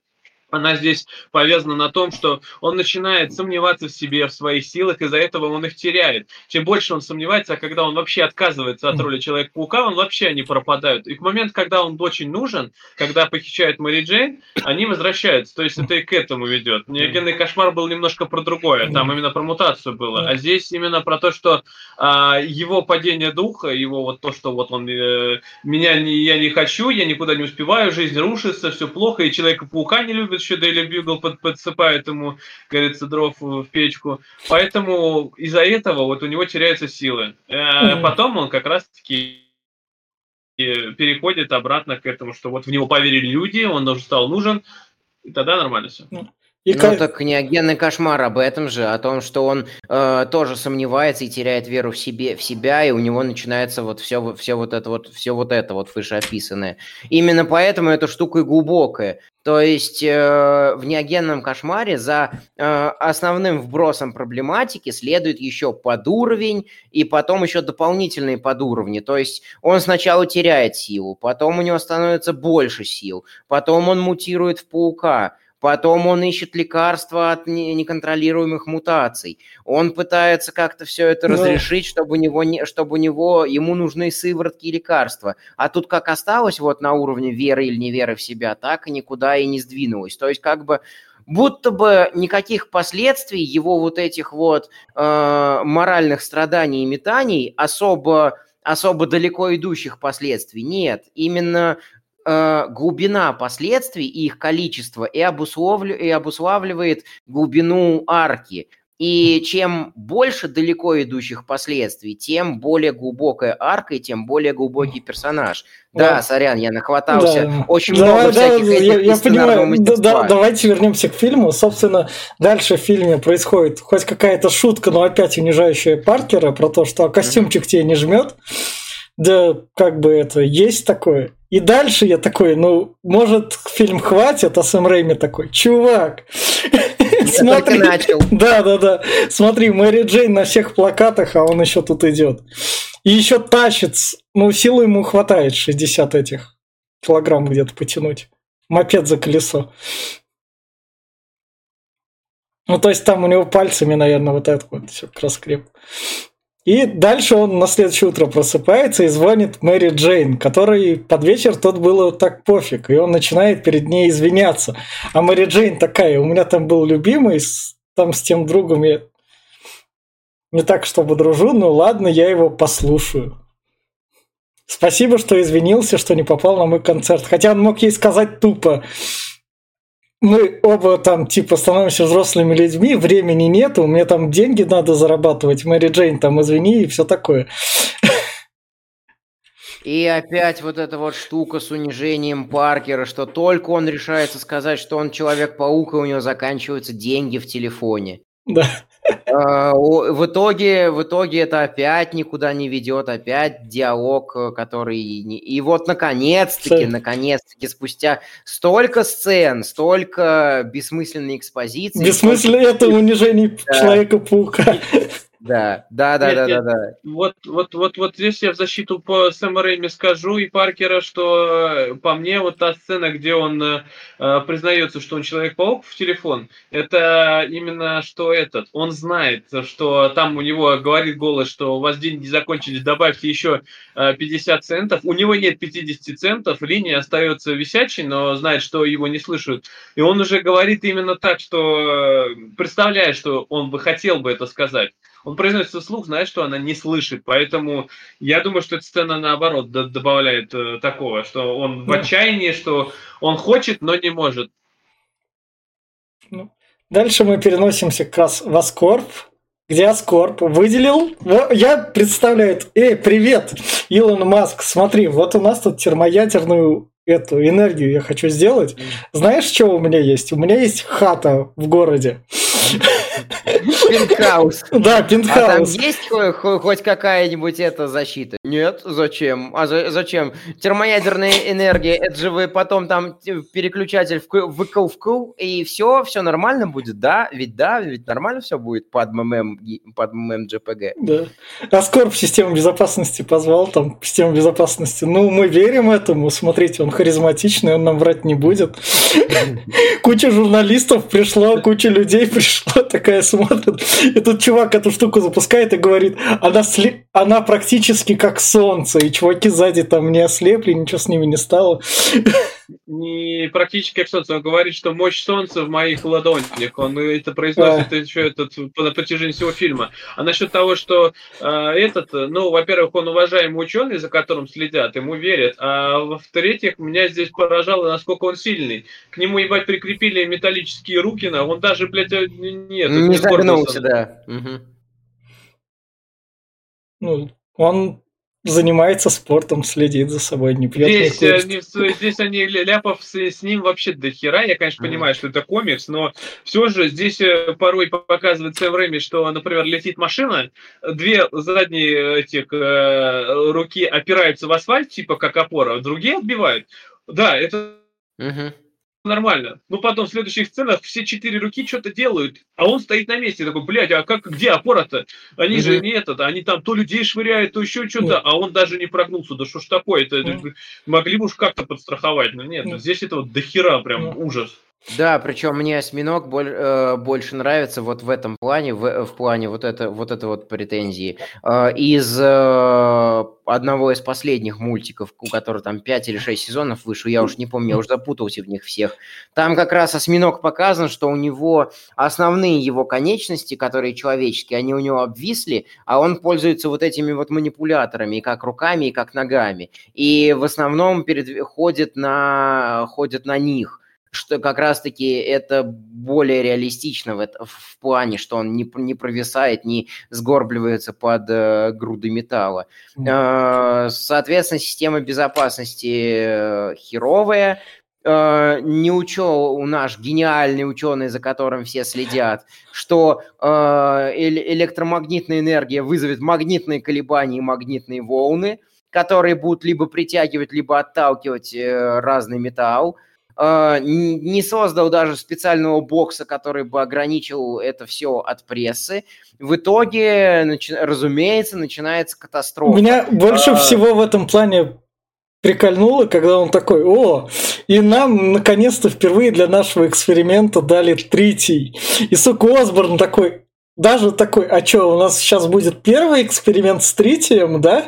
она здесь повязана на том, что он начинает сомневаться в себе, в своих силах, из-за этого он их теряет. Чем больше он сомневается, а когда он вообще отказывается от роли Человека-паука, он вообще они пропадают. И в момент, когда он очень нужен, когда похищает Мэри Джейн, они возвращаются. То есть это и к этому ведет. Неогенный кошмар был немножко про другое, там именно про мутацию было. А здесь именно про то, что а, его падение духа, его вот то, что вот он э, меня не, я не хочу, я никуда не успеваю, жизнь рушится, все плохо, и Человека-паука не любит, еще Дейли Бьюгл под, подсыпает ему, говорится, дров в печку. Поэтому из-за этого вот у него теряются силы. А потом он как раз-таки переходит обратно к этому, что вот в него поверили люди, он уже стал нужен, и тогда нормально все. И ну как... так неогенный кошмар об этом же, о том, что он э, тоже сомневается и теряет веру в себе, в себя, и у него начинается вот все, все вот это вот, все вот это вот вышеописанное. Именно поэтому эта штука и глубокая. То есть э, в неогенном кошмаре за э, основным вбросом проблематики следует еще подуровень и потом еще дополнительные подуровни. То есть он сначала теряет силу, потом у него становится больше сил, потом он мутирует в паука. Потом он ищет лекарства от неконтролируемых мутаций. Он пытается как-то все это разрешить, чтобы у него, не, чтобы у него ему нужны сыворотки и лекарства. А тут как осталось вот на уровне веры или неверы в себя, так и никуда и не сдвинулось. То есть как бы будто бы никаких последствий его вот этих вот э, моральных страданий и метаний, особо, особо далеко идущих последствий нет. Именно глубина последствий и их количество и, обусловлю, и обуславливает глубину арки. И чем больше далеко идущих последствий, тем более глубокая арка и тем более глубокий персонаж. Да, да сорян, я нахватался. Да. Очень да, много да, всяких да, я, я понимаю. Да, да, давайте вернемся к фильму. Собственно, дальше в фильме происходит хоть какая-то шутка, но опять унижающая Паркера про то, что костюмчик mm-hmm. тебе не жмет. Да, как бы это, есть такое. И дальше я такой, ну, может, фильм хватит, а Сэм Рэйми такой, чувак, смотри, да, да, да, смотри, Мэри Джейн на всех плакатах, а он еще тут идет. И еще тащит, ну, силы ему хватает шестьдесят этих килограмм где-то потянуть. Мопед за колесо. Ну, то есть там у него пальцами, наверное, вот это вот все как раз крепко. И дальше он на следующее утро просыпается и звонит Мэри Джейн, которой под вечер тот было так пофиг, и он начинает перед ней извиняться. А Мэри Джейн такая, у меня там был любимый, там с тем другом я не так чтобы дружу, но ладно, я его послушаю. Спасибо, что извинился, что не попал на мой концерт. Хотя он мог ей сказать тупо, мы оба там типа становимся взрослыми людьми, времени нет, у меня там деньги надо зарабатывать, Мэри Джейн там извини и все такое. И опять вот эта вот штука с унижением Паркера, что только он решается сказать, что он Человек-паук, и у него заканчиваются деньги в телефоне. Да. В итоге, в итоге это опять никуда не ведет, опять диалог, который... И вот наконец-таки, наконец-таки, спустя столько сцен, столько бессмысленной экспозиции... Бессмысленно столько... это унижение да. Человека-паука. Да, да, да, да, да, да. Вот, вот, вот, вот здесь я в защиту по Сэма Рэйми скажу и Паркера, что по мне вот та сцена, где он э, признается, что он Человек-паук в телефон, это именно что этот, он знает, что там у него говорит голос, что у вас деньги закончились, добавьте еще э, пятьдесят центов, у него нет пятьдесят центов, линия остается висячей, но знает, что его не слышат, и он уже говорит именно так, что э, представляет, что он бы хотел бы это сказать. Он произносит вслух, знает, что она не слышит. Поэтому я думаю, что эта сцена, наоборот, добавляет э, такого, что он в отчаянии, что он хочет, но не может. Дальше мы переносимся как раз в Аскорб, где Аскорб выделил... Я представляю... Эй, привет, Илон Маск, смотри, вот у нас тут термоядерную эту энергию я хочу сделать. Знаешь, что у меня есть? У меня есть хата в городе. Пентхаус. Да, А там пентхаус. есть хо- хо- хоть какая-нибудь эта защита? Нет, зачем? А за- зачем? Термоядерная энергия, это же вы потом там те- переключатель вк- выкл вкл, и все, все нормально будет, да? Ведь да, ведь нормально все будет под ММ, ги- под ММ джей пи джи. Да. Аскорб систему безопасности позвал, там, систему безопасности. Ну, мы верим этому, смотрите, он харизматичный, он нам врать не будет. Куча журналистов пришло, куча людей пришло, такая смотрит. И тут чувак эту штуку запускает и говорит, она, сли... она практически как солнце, и чуваки сзади там не ослепли, ничего с ними не стало. Не практически как солнце. Он говорит, что мощь солнца в моих ладонях. Он это произносит Да. еще этот, на протяжении всего фильма. А насчет того, что э, этот, ну, во-первых, он уважаемый ученый, за которым следят, ему верят. А во-вторых, меня здесь поражало, насколько он сильный. К нему, ебать, прикрепили металлические руки, на, он даже, блядь, э, нет, Не не загнулся, сгорбился. да. Мгм. Ну, он занимается спортом, следит за собой, не пьет, не Здесь, э, курит. не в- здесь они ля- ляпов с, с ним вообще до хера. Я, конечно, Мгм. понимаю, что это комикс, но все же здесь э, порой показывает Сэм Рэйми, что, например, летит машина, две задние этих э, руки опираются в асфальт, типа как опора, другие отбивают. Да, это Мгм. нормально. Но потом в следующих сценах все четыре руки что-то делают, а он стоит на месте. Такой, блядь, а как, где опора-то? Они же Мгм. не этот, они там то людей швыряют, то еще что-то, Ну, а он даже не прогнулся. Да что ж такое? Это ну, могли бы уж как-то подстраховать, но нет. ну, Здесь это вот дохера прям ну. ужас. Да, причем мне осьминог боль- э, больше нравится вот в этом плане, в, в плане вот это вот это вот претензии. Э, из э, одного из последних мультиков, у которого там пять или шесть сезонов вышло, я уж не помню, я уже запутался в них всех. Там как раз осьминог показан, что у него основные его конечности, которые человеческие, они у него обвисли, а он пользуется вот этими вот манипуляторами, и как руками, и как ногами. И в основном перед... ходит, на... ходит на них. Что как раз-таки это более реалистично в, это, в плане, что он не, не провисает, не сгорбливается под э, грудой металла. Э, соответственно, система безопасности э, херовая. Э, не учел наш гениальный ученый, за которым все следят, что э, эле- электромагнитная энергия вызовет магнитные колебания и магнитные волны, которые будут либо притягивать, либо отталкивать э, разный металл. Uh, не создал даже специального бокса, который бы ограничил это все от прессы. В итоге, начи- разумеется, начинается катастрофа. Меня больше Uh, всего в этом плане прикольнуло, когда он такой, о, и нам наконец-то впервые для нашего эксперимента дали тритий. И, сука, Осборн такой, даже такой, а что, у нас сейчас будет первый эксперимент с тритием, да?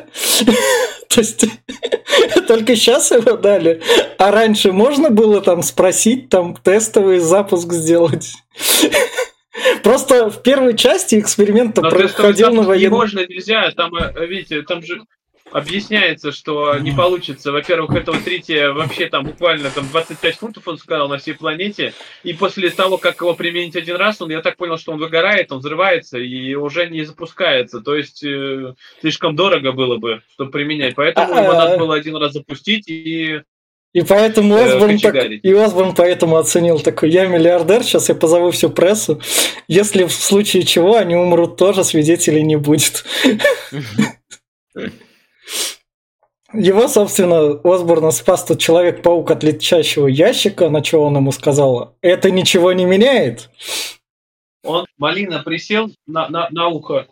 То есть только сейчас его дали, а раньше можно было там спросить, там тестовый запуск сделать. Просто в первой части эксперимент происходил на военном... Не можно, нельзя, там, видите, там же объясняется, что не получится. Во-первых, этого трития вообще там буквально там двадцать пять фунтов он сказал на всей планете, и после того, как его применить один раз, он, я так понял, что он выгорает, он взрывается и уже не запускается. То есть э, слишком дорого было бы, чтобы применять. Поэтому его надо было один раз запустить и... И поэтому Осборн, так, и Осборн поэтому оценил такой, я миллиардер, сейчас я позову всю прессу, если в случае чего они умрут тоже, свидетелей не будет. Его, собственно, Осборна спас тот Человек-паук от летящего ящика, на что он ему сказал, это ничего не меняет. Он, Малина, присел на, на, на ухо.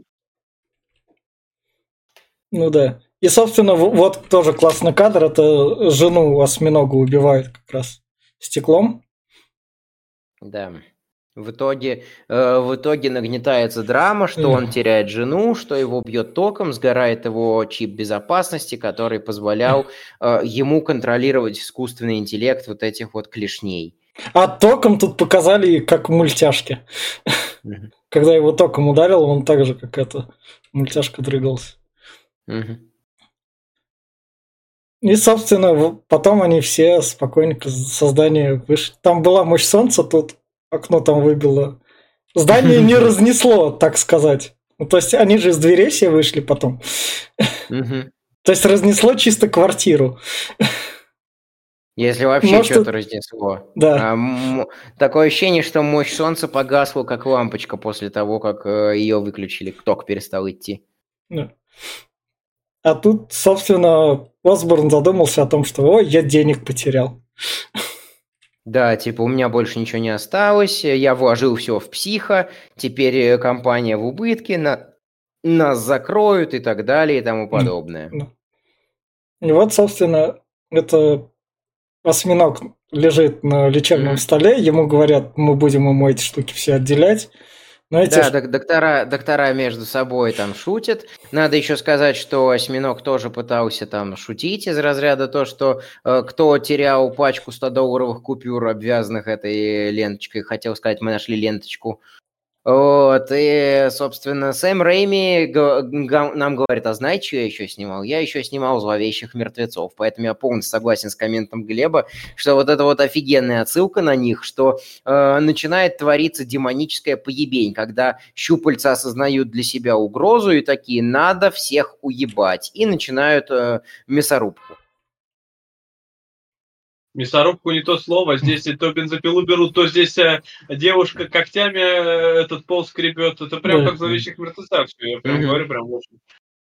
Ну да. И, собственно, вот тоже классный кадр, это жену осьминога убивает как раз стеклом. Да. В итоге, э, в итоге нагнетается драма, что он теряет жену, что его бьет током, сгорает его чип безопасности, который позволял э, ему контролировать искусственный интеллект вот этих вот клешней. А током тут показали как в мультяшке. Mm-hmm. Когда его током ударил, он так же, как эта мультяшка, дрыгался. Mm-hmm. И, собственно, потом они все спокойненько со здания вышли. Там была мощь солнца, тут окно там выбило. Здание не разнесло, так сказать. Ну, то есть они же из дверей все вышли потом. Mm-hmm. То есть разнесло чисто квартиру. Если вообще Может, что-то разнесло. да. А, м- такое ощущение, что мощь солнца погасла, как лампочка после того, как э, ее выключили, ток перестал идти. Да. А тут, собственно, Осборн задумался о том, что «Ой, я денег потерял». Да, типа у меня больше ничего не осталось, я вложил все в психо, теперь э, компания в убытке, на... нас закроют и так далее и тому подобное. Да. И вот, собственно, это осьминог лежит на лечебном Мгм. столе, ему говорят, мы будем ему эти штуки все отделять. Но эти Да, ш- док- доктора, доктора между собой там шутят. Надо еще сказать, что осьминог тоже пытался там шутить из разряда то, что э, кто терял пачку сто-долларовых купюр, обвязанных этой ленточкой, хотел сказать, мы нашли ленточку. Вот, и, собственно, Сэм Рэйми га- га- нам говорит, а знаете, что я еще снимал? Я еще снимал «Зловещих мертвецов», поэтому я полностью согласен с комментом Глеба, что вот это вот офигенная отсылка на них, что э, начинает твориться демоническая поебень, когда щупальца осознают для себя угрозу и такие, надо всех уебать, и начинают э, мясорубку. Мясорубку не то слово. Здесь то бензопилу берут, то здесь э, девушка когтями э, этот пол скребет. Это прям Да. как в «Зловещих мертвецах». всё. Я прям Мгм. говорю, прям очень.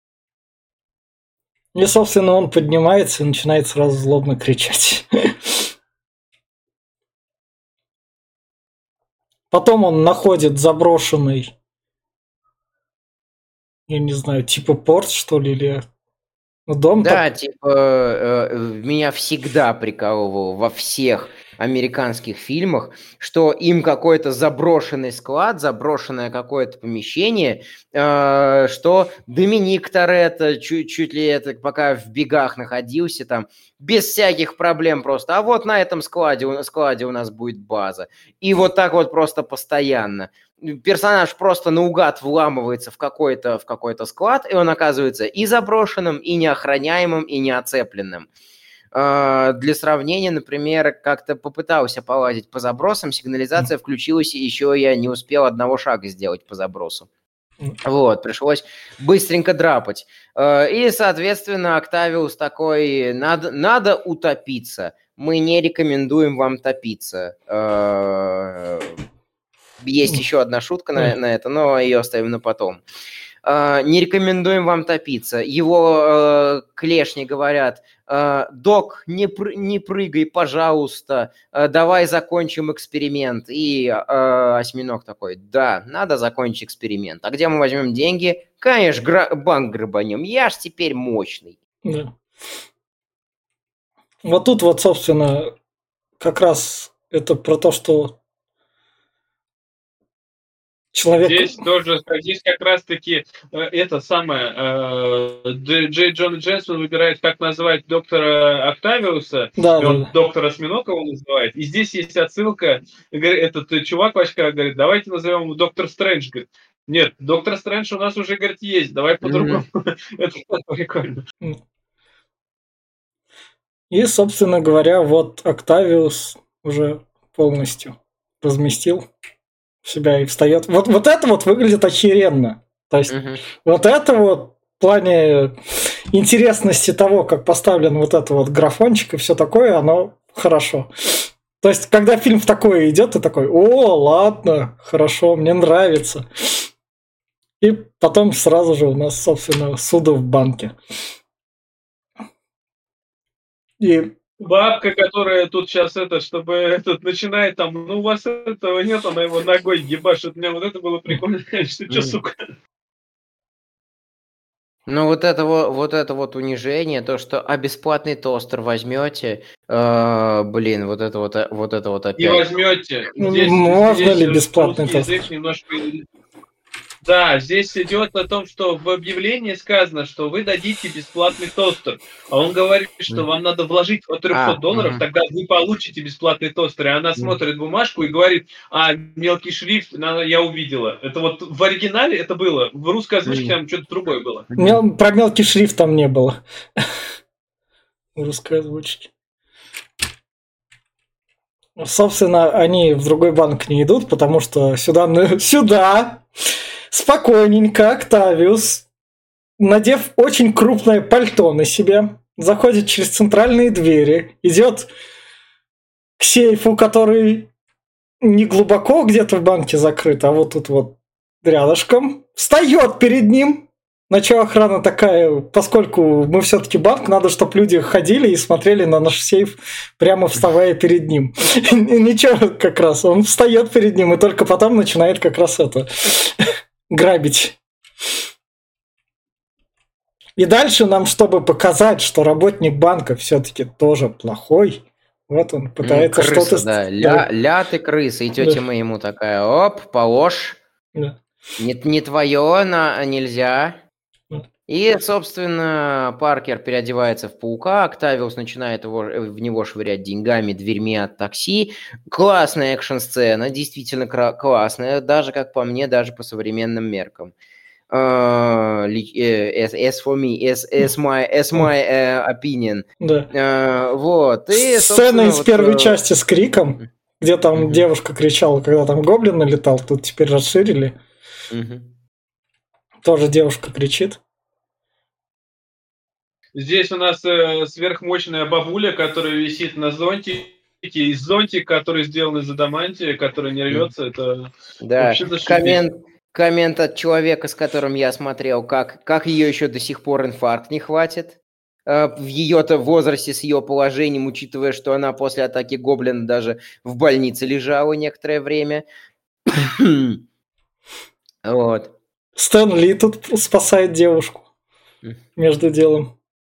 И, собственно, он поднимается и начинает сразу злобно кричать. Потом он находит заброшенный, я не знаю, типа порт, что ли, или ну, дом. Да, так- типа, э, э, меня всегда прикалывало во всех американских фильмах, что им какой-то заброшенный склад, заброшенное какое-то помещение, э, что Доминик Торетто чуть, чуть ли это пока в бегах находился там, без всяких проблем просто. А вот на этом складе, у- складе у нас будет база. И вот так вот просто постоянно. Персонаж просто наугад вламывается в какой-то в какой-то склад, и он оказывается и заброшенным, и неохраняемым, и неоцепленным. А, Для сравнения, например, как-то попытался полазить по забросам, сигнализация включилась, и еще я не успел одного шага сделать по забросу. Вот, пришлось быстренько драпать. Э, И, соответственно, Октавиус такой, надо, надо утопиться. Мы не рекомендуем вам топиться. Э, Есть еще одна шутка на, Ой. на это, но ее оставим на потом. Э, Не рекомендуем вам топиться. Его э, клешни говорят, э, док, не, пры- не прыгай, пожалуйста, э, давай закончим эксперимент. И э, осьминог такой, да, надо закончить эксперимент. А где мы возьмем деньги? Конечно, гра- банк грабанем. Я ж теперь мощный. Да. Вот тут вот, собственно, как раз это про то, что человек... Здесь тоже, здесь как раз-таки э, это самое, э, Дж- Джей Джон Дженсон выбирает, как назвать доктора Октавиуса, Да, и да, он да. доктора Осьминога его называет. И здесь есть отсылка, говорит, этот э, чувак в очках говорит, давайте назовем его доктор Стрэндж. Говорит, нет, доктор Стрэндж у нас уже, говорит, есть, давай по-другому. Это прикольно. И, собственно говоря, вот Октавиус уже полностью разместил себя и встает. Вот, вот это вот выглядит охеренно. То есть Мгм. вот это вот в плане интересности того, как поставлен вот это вот графончик и все такое, оно хорошо. То есть, когда фильм в такое идет, ты такой, о, ладно, хорошо, мне нравится. И потом сразу же у нас, собственно, суды в банке. И Бабка, которая тут сейчас это, чтобы этот начинает там, ну у вас этого нет, она его ногой ебашит. Мне вот это было прикольно, что чё, Мгм. сука. Ну, вот это вот, вот это вот унижение, то, что а бесплатный тостер возьмете, э, блин, вот это вот, э, вот это вот Не опять. возьмете. Здесь, можно здесь ли бесплатный русский тостер? язык немножко... Да, здесь идет о том, что в объявлении сказано, что вы дадите бесплатный тостер. А он говорит, что вам надо вложить от А, трехсот долларов, мгм. тогда вы получите бесплатный тостер. И она Мгм. смотрит бумажку и говорит, а, мелкий шрифт, надо- я увидела. Это вот в оригинале это было, в русской озвучке Мгм. там что-то другое было. Мел- Про мелкий шрифт там не было. В русской озвучке. Собственно, они в другой банк не идут, потому что сюда, ну, сюда спокойненько Октавиус, надев очень крупное пальто на себя, заходит через центральные двери, идет к сейфу, который не глубоко где-то в банке закрыт, а вот тут вот рядышком, встает перед ним. На чё охрана такая, поскольку мы все-таки банк, надо, чтобы люди ходили и смотрели на наш сейф, прямо вставая перед ним. Ничего, как раз, он встает перед ним и только потом начинает как раз это грабить. И дальше нам, чтобы показать, что работник банка все-таки тоже плохой, вот он пытается ну, крыса, что-то... Да. Ля, ля ты крыса, и тетя да. Мэй ему такая, оп, положь, да. не, не твое, на, нельзя... И, собственно, Паркер переодевается в паука, Октавиус начинает его, в него швырять деньгами, дверьми от такси. Классная экшн-сцена, действительно классная, даже, как по мне, даже по современным меркам. Uh, as, as for me, as, as my, as my uh, opinion. Да. Uh, вот. И, сцена из вот, первой uh... части с криком, где там uh-huh. девушка кричала, когда там гоблин налетал, тут теперь расширили. Uh-huh. Тоже девушка кричит. Здесь у нас э, сверхмощная бабуля, которая висит на зонтике, и зонтик, который сделан из адамантия, который не рвется, это да. Коммент, коммент от человека, с которым я смотрел, как, как ее еще до сих пор инфаркт не хватит. Э, в ее-то возрасте, с ее положением, учитывая, что она после атаки гоблина даже в больнице лежала некоторое время. Вот. Стэн Ли тут спасает девушку между делом.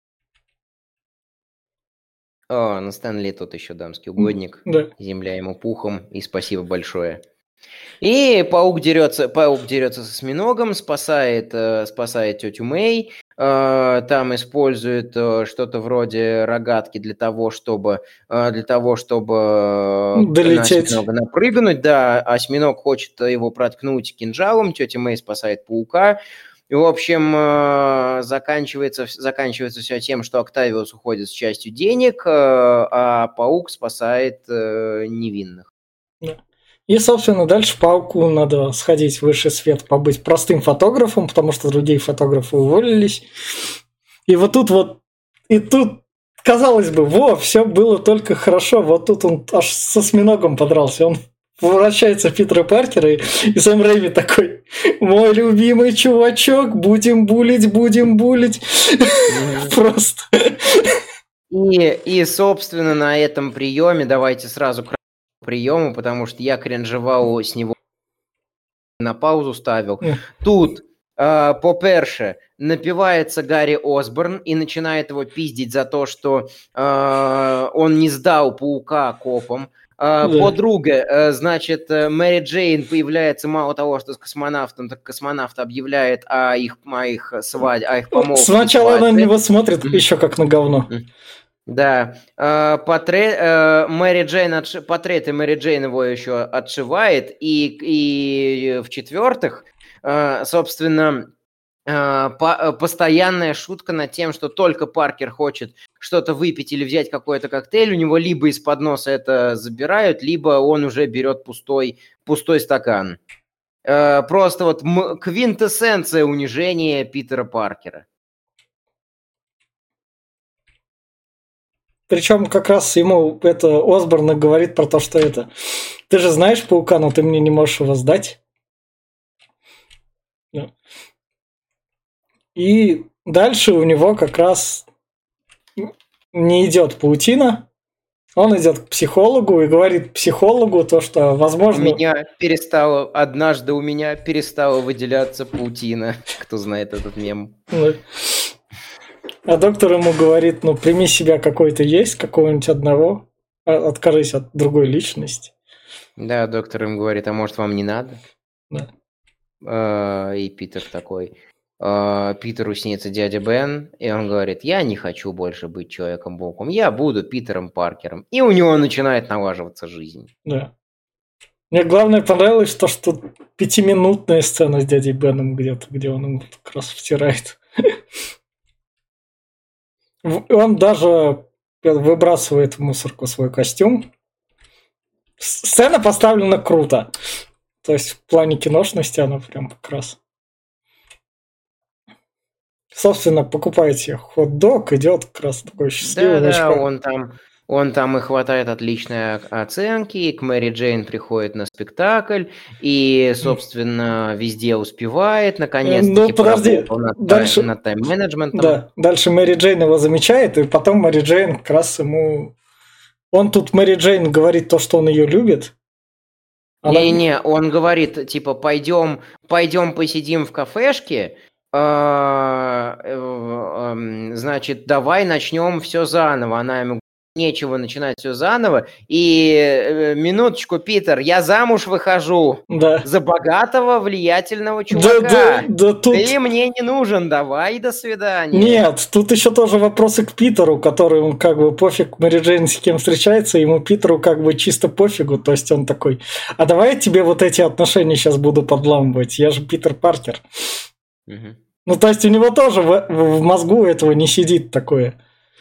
О, ну Стэн Ли тут еще дамский угодник. Да. Земля ему пухом. И спасибо большое. И паук дерется, паук дерется с осьминогом, спасает, э, спасает тетю Мэй. Э, там использует э, что-то вроде рогатки для того, чтобы, э, для того, чтобы долететь. На осьминога напрыгнуть. Да, осьминог хочет его проткнуть кинжалом. Тетя Мэй спасает паука. И, в общем, заканчивается, заканчивается все тем, что Октавиус уходит с частью денег, а паук спасает невинных. И, собственно, дальше пауку надо сходить в высший свет, побыть простым фотографом, потому что другие фотографы уволились. И вот тут вот, и тут, казалось бы, во, все было только хорошо, вот тут он аж с осьминогом подрался, он... Возвращается Питер Паркер, и, и Сэм Рэйми такой: мой любимый чувачок, будем булить, будем булить. Просто. И, и, собственно, на этом приеме, давайте сразу к приему, потому что я кринжевал с него, на паузу ставил. Тут, э, по-перше, напивается Гарри Осборн и начинает его пиздить за то, что э, он не сдал паука копам. Да. Подруга, значит, Мэри Джейн появляется мало того, что с космонавтом, так космонавт объявляет о их, о их свадьбе, о их помолвке. Сначала она на него смотрит mm-hmm. еще как на говно. Mm-hmm. Да. Портрет, Мэри Джейн, отш... портрет и Мэри Джейн его еще отшивает. И, и в-четвертых, собственно... постоянная шутка над тем, что только Паркер хочет что-то выпить или взять какой-то коктейль, у него либо из-под носа это забирают, либо он уже берет пустой, пустой стакан. Просто вот квинтэссенция унижения Питера Паркера. Причем как раз ему это Осборн говорит про то, что это... Ты же знаешь паука, но ты мне не можешь его сдать. И дальше у него как раз не идет паутина, он идет к психологу и говорит психологу то, что, возможно... У меня перестало, однажды у меня перестала выделяться паутина. Кто знает этот мем. А доктор ему говорит, ну, прими себя какой-то есть, какого-нибудь одного, откажись от другой личности. Да, доктор ему говорит, а может вам не надо? Да. И Питер такой... Питеру снится дядя Бен, и он говорит, я не хочу больше быть Человеком-пауком, я буду Питером Паркером. И у него начинает налаживаться жизнь. Да. Мне главное понравилось то, что пятиминутная сцена с дядей Беном где-то, где он ему как раз втирает. Он даже выбрасывает в мусорку свой костюм. Сцена поставлена круто. То есть в плане киношности она прям как раз... Собственно, покупаете хот-дог, идет как раз такой счастливый. Да, да, он там, Он там и хватает отличной оценки, и к Мэри Джейн приходит на спектакль, и, собственно, везде успевает, наконец-таки Ну, подожди, над, дальше, над тайм-менеджментом. Да, дальше Мэри Джейн его замечает, и потом Мэри Джейн как раз ему... Он тут Мэри Джейн говорит то, что он ее любит. Она... Не-не, он говорит, типа, пойдем, пойдем посидим в кафешке, значит, давай начнем все заново. Она ему нечего начинать все заново. И минуточку, Питер, я замуж выхожу да. за богатого, влиятельного чувака. Да, да, да, тут... Ты мне не нужен, давай, до свидания. Нет, тут еще тоже вопросы к Питеру, который он как бы пофиг, Мэри Джейн с кем встречается, ему Питеру как бы чисто пофигу, то есть он такой, а давай я тебе вот эти отношения сейчас буду подламывать, я же Питер Паркер. Угу. Ну, то есть у него тоже в, в мозгу этого не сидит такое.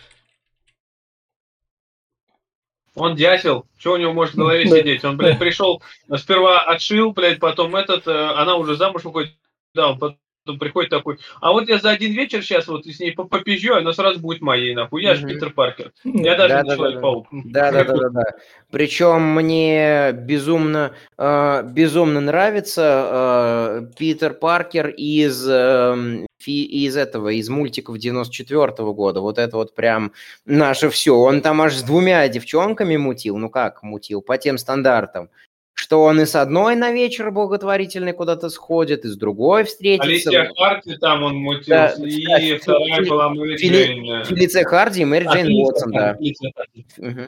Он дятел, что у него может в голове да. сидеть? Он, блядь, пришел, сперва отшил, блядь, потом этот, она уже замуж выходит, да, он потом приходит такой, а вот я за один вечер сейчас вот с ней попизжу, она сразу будет моей, нахуй, я же Питер Паркер, я даже да, не да, Человек-паук. Да, да, да, да, да. Причем мне безумно, э, безумно нравится э, Питер Паркер из... Э, из этого, из мультиков девяносто четвёртого года. Вот это вот прям наше все. Он там аж с двумя девчонками мутил. Ну как мутил? По тем стандартам. Что он и с одной на вечер благотворительный куда-то сходит, и с другой встретится. Алисия Харди там он мутился, да, и да, вторая Фили, была Мэри Фили, Джейн. Фелиция Харди и Мэри а, Джейн Фелиция, Уотсон, да. Угу.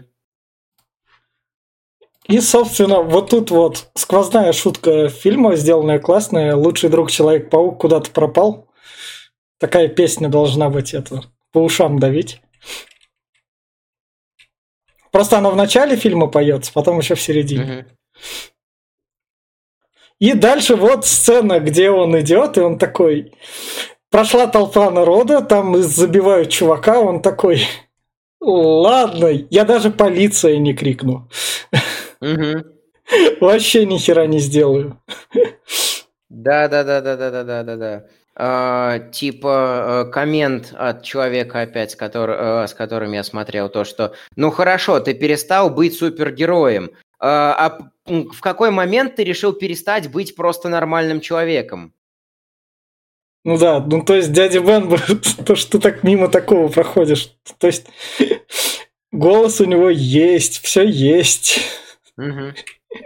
И, собственно, вот тут вот сквозная шутка фильма, сделанная классная. Лучший друг Человек-паук куда-то пропал. Такая песня должна быть, это, по ушам давить. Просто она в начале фильма поется, потом еще в середине. Uh-huh. И дальше вот сцена, где он идет, и он такой... Прошла толпа народа, там забивают чувака, он такой... Ладно, я даже полиция не крикну. Uh-huh. Вообще ни хера не сделаю. Да-да-да-да-да-да-да-да. Uh, типа uh, коммент от человека опять, который, uh, с которым я смотрел, то, что ну хорошо, ты перестал быть супергероем, uh, а в какой момент ты решил перестать быть просто нормальным человеком? Ну да, ну то есть дядя Бен, то, что ты так мимо такого проходишь, то есть голос у него есть, все есть. Uh-huh.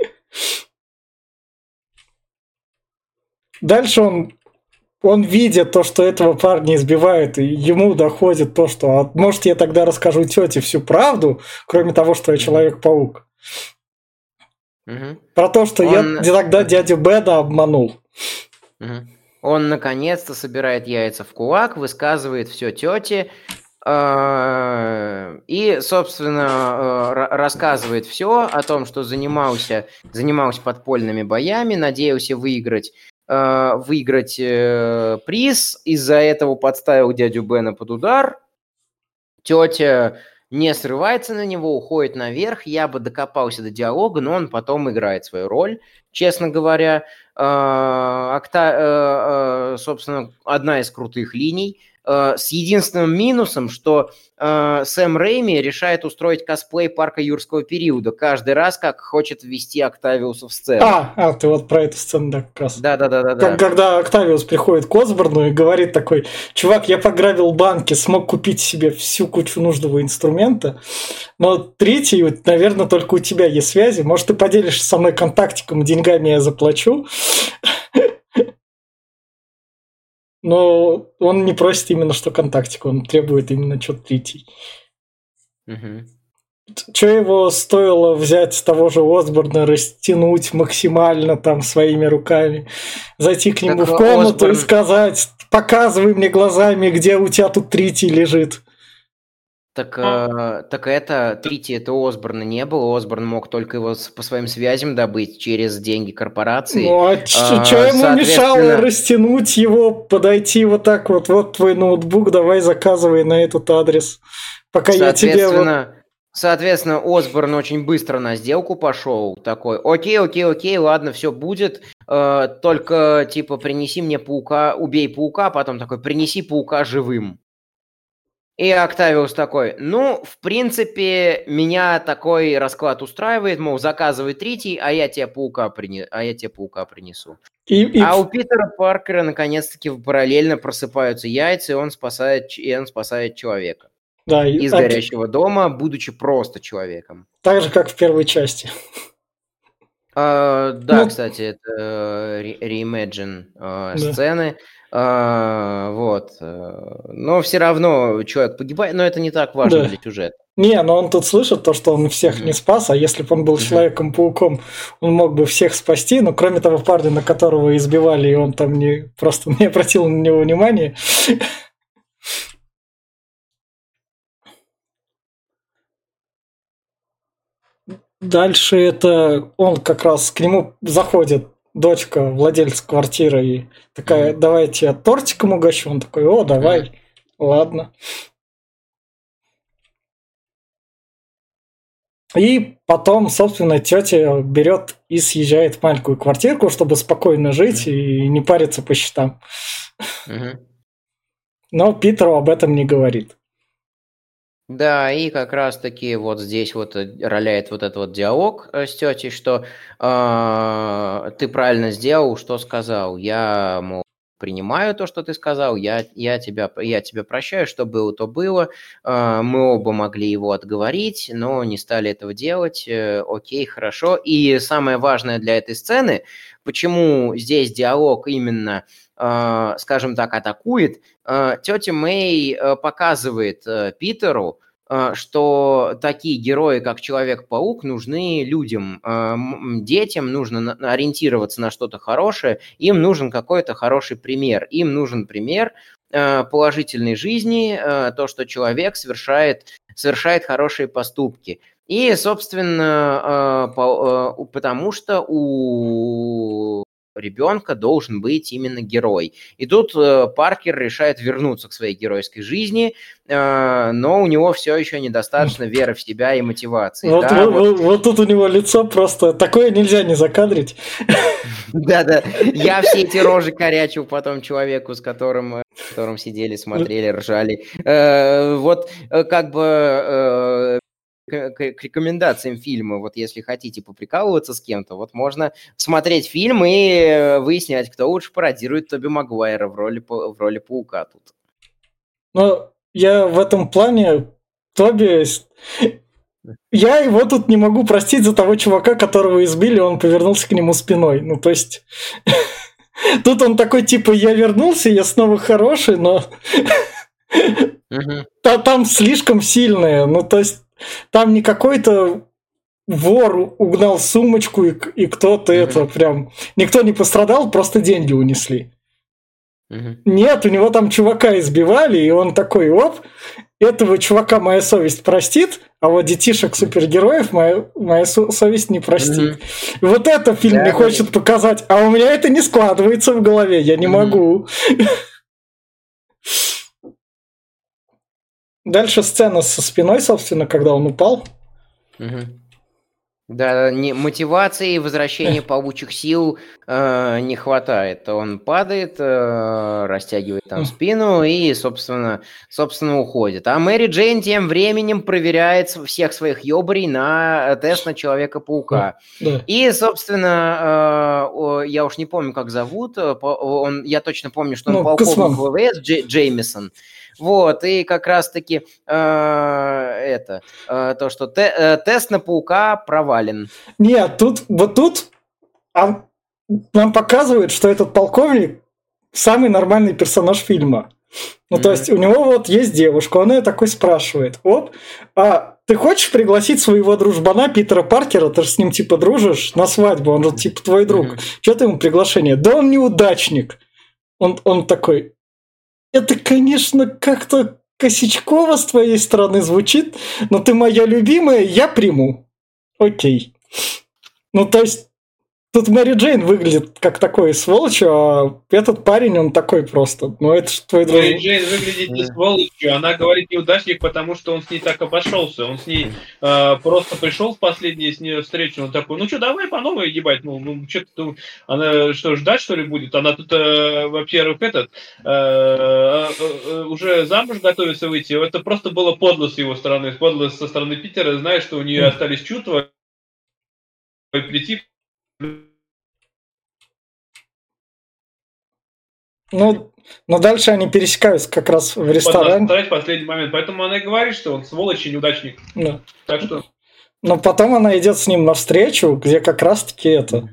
Дальше он Он видит то, что этого парня избивают, и ему доходит то, что а может я тогда расскажу тете всю правду, кроме того, что я Человек-паук. Угу. Про то, что Он... я тогда дядю Бена обманул. Угу. Он наконец-то собирает яйца в кулак, высказывает все тете и, собственно, рассказывает все о том, что занимался, занимался подпольными боями, надеялся выиграть выиграть э, приз, из-за этого подставил дядю Бена под удар. Тетя не срывается на него, уходит наверх. Я бы докопался до диалога, но он потом играет свою роль, честно говоря. Э, акта, э, э, собственно, одна из крутых линий. Э, с единственным минусом, что э, Сэм Рэйми решает устроить косплей парка юрского периода каждый раз, как хочет ввести Октавиуса в сцену. А, а ты вот про эту сцену, да, как раз. Да-да-да. Когда Октавиус приходит к Осборну и говорит такой: чувак, я пограбил банки, смог купить себе всю кучу нужного инструмента, но третий, наверное, только у тебя есть связи, может, ты поделишься со мной контактиком, деньгами я заплачу. Но он не просит именно что контактику, он требует именно что-то третий. Угу. Что его стоило взять того же Осборна, растянуть максимально там своими руками, зайти к нему так в комнату Осборн... и сказать: показывай мне глазами, где у тебя тут третий лежит. Так, э, так это, Трити, это Осборна не было, Осборн мог только его по своим связям добыть через деньги корпорации. Ну, а что а, ему мешало растянуть его, подойти вот так вот, вот твой ноутбук, давай заказывай на этот адрес, пока я тебе... Вот... Соответственно, Осборн очень быстро на сделку пошел, такой: окей, окей, окей, ладно, все будет, э, только, типа, принеси мне паука, убей паука, потом такой: принеси паука живым. И Октавиус такой, ну, в принципе, меня такой расклад устраивает, мол, заказывай третий, а я тебе паука, прине... а я тебе паука принесу. И, и... А у Питера Паркера наконец-таки параллельно просыпаются яйца, и он спасает, и он спасает человека. Да, из а... горящего дома, будучи просто человеком. Так же, как в первой части. А, да, ну... кстати, это реимеджин uh, uh, сцены. Да. А, вот. Но все равно человек погибает, но это не так важно да. для сюжета. Не, но он тут слышит то, что он всех mm-hmm. не спас, а если бы он был mm-hmm. Человеком-пауком, он мог бы всех спасти, но кроме того парня, на которого избивали, и он там не, просто не обратил на него внимания. Дальше это он как раз к нему заходит дочка, владельца квартиры, и такая, mm-hmm. давайте я тортиком угощу. Он такой, о, давай, mm-hmm. ладно. И потом, собственно, тетя берет и съезжает в маленькую квартирку, чтобы спокойно жить mm-hmm. и не париться по счетам. Mm-hmm. Но Питеру об этом не говорит. Да, и как раз-таки вот здесь вот роляет вот этот вот диалог с тетей, что э, ты правильно сделал, что сказал. Я, мол, принимаю то, что ты сказал, я, я, тебя, я тебя прощаю, что было, то было. Э, мы оба могли его отговорить, но не стали этого делать. Э, окей, хорошо. И самое важное для этой сцены, почему здесь диалог именно... скажем так, атакует, тетя Мэй показывает Питеру, что такие герои, как Человек-паук, нужны людям, детям нужно ориентироваться на что-то хорошее, им нужен какой-то хороший пример, им нужен пример положительной жизни, то, что человек совершает, совершает хорошие поступки. И, собственно, потому что у ребенка должен быть именно герой. И тут э, Паркер решает вернуться к своей геройской жизни, э, но у него все еще недостаточно веры в себя и мотивации. Вот, да, вот, вот... вот тут у него лицо просто... Такое нельзя не закадрить. Да-да. Я все эти рожи корячил потом человеку, с которым, с которым сидели, смотрели, ржали. Э, вот как бы... К, к рекомендациям фильма, вот если хотите поприкалываться с кем-то, вот можно смотреть фильм и выяснять, кто лучше пародирует Тоби Магуайра в роли, в роли паука тут. Ну, я в этом плане Тоби... Я его тут не могу простить за того чувака, которого избили, он повернулся к нему спиной. Ну, то есть... Тут он такой, типа, я вернулся, я снова хороший, но... Там слишком сильное, ну, то есть... Там не какой-то вор угнал сумочку, и, и кто-то mm-hmm. это прям... Никто не пострадал, просто деньги унесли. Mm-hmm. Нет, у него там чувака избивали, и он такой, оп, этого чувака моя совесть простит, а вот детишек-супергероев моя, моя совесть не простит. Mm-hmm. И вот это фильм yeah, мне хочет показать, а у меня это не складывается в голове, я не mm-hmm. могу. Дальше сцена со спиной, собственно, когда он упал. Угу. Да, не, мотивации и возвращения паучьих сил э, не хватает. Он падает, э, растягивает там спину и, собственно, собственно, уходит. А Мэри Джейн тем временем проверяет всех своих ёбарей на тест на Человека-паука. Да. И, собственно, э, я уж не помню, как зовут. Он, я точно помню, что он ну, полковник ВВС Дж, Джеймисон. Вот, и как раз-таки э, это, э, то, что те, э, тест на паука провален. Нет, тут, вот тут он, нам показывает, что этот полковник самый нормальный персонаж фильма. Ну, mm-hmm. то есть у него вот есть девушка, он ее такой спрашивает, оп, а ты хочешь пригласить своего дружбана Питера Паркера, ты же с ним типа дружишь, на свадьбу, он же типа твой друг, mm-hmm. что ты ему приглашение? Да он неудачник. Он, он такой... Это, конечно, как-то косячково с твоей стороны звучит, но ты моя любимая, я приму. Окей. Ну, то есть, тут Мэри Джейн выглядит как такой сволочь, а этот парень, он такой просто. Ну, это же твой друг. Мэри Джейн выглядит не сволочью, она говорит неудачник, потому что он с ней так обошелся. Он с ней э, просто пришел в последнюю с ней встречу, он такой, ну что, давай по новой ебать, ну, ну что ты, она что, ждать что ли будет? Она тут, э, во-первых, этот, э, э, э, уже замуж готовится выйти, это просто было подло с его стороны, подло со стороны Питера, знаешь, что у нее остались чувства, прийти. Ну, но дальше они пересекаются как раз в ресторане. В последний момент. Поэтому она и говорит, что он сволочь и неудачник. Да. Так что... Но потом она идет с ним навстречу, где как раз-таки это...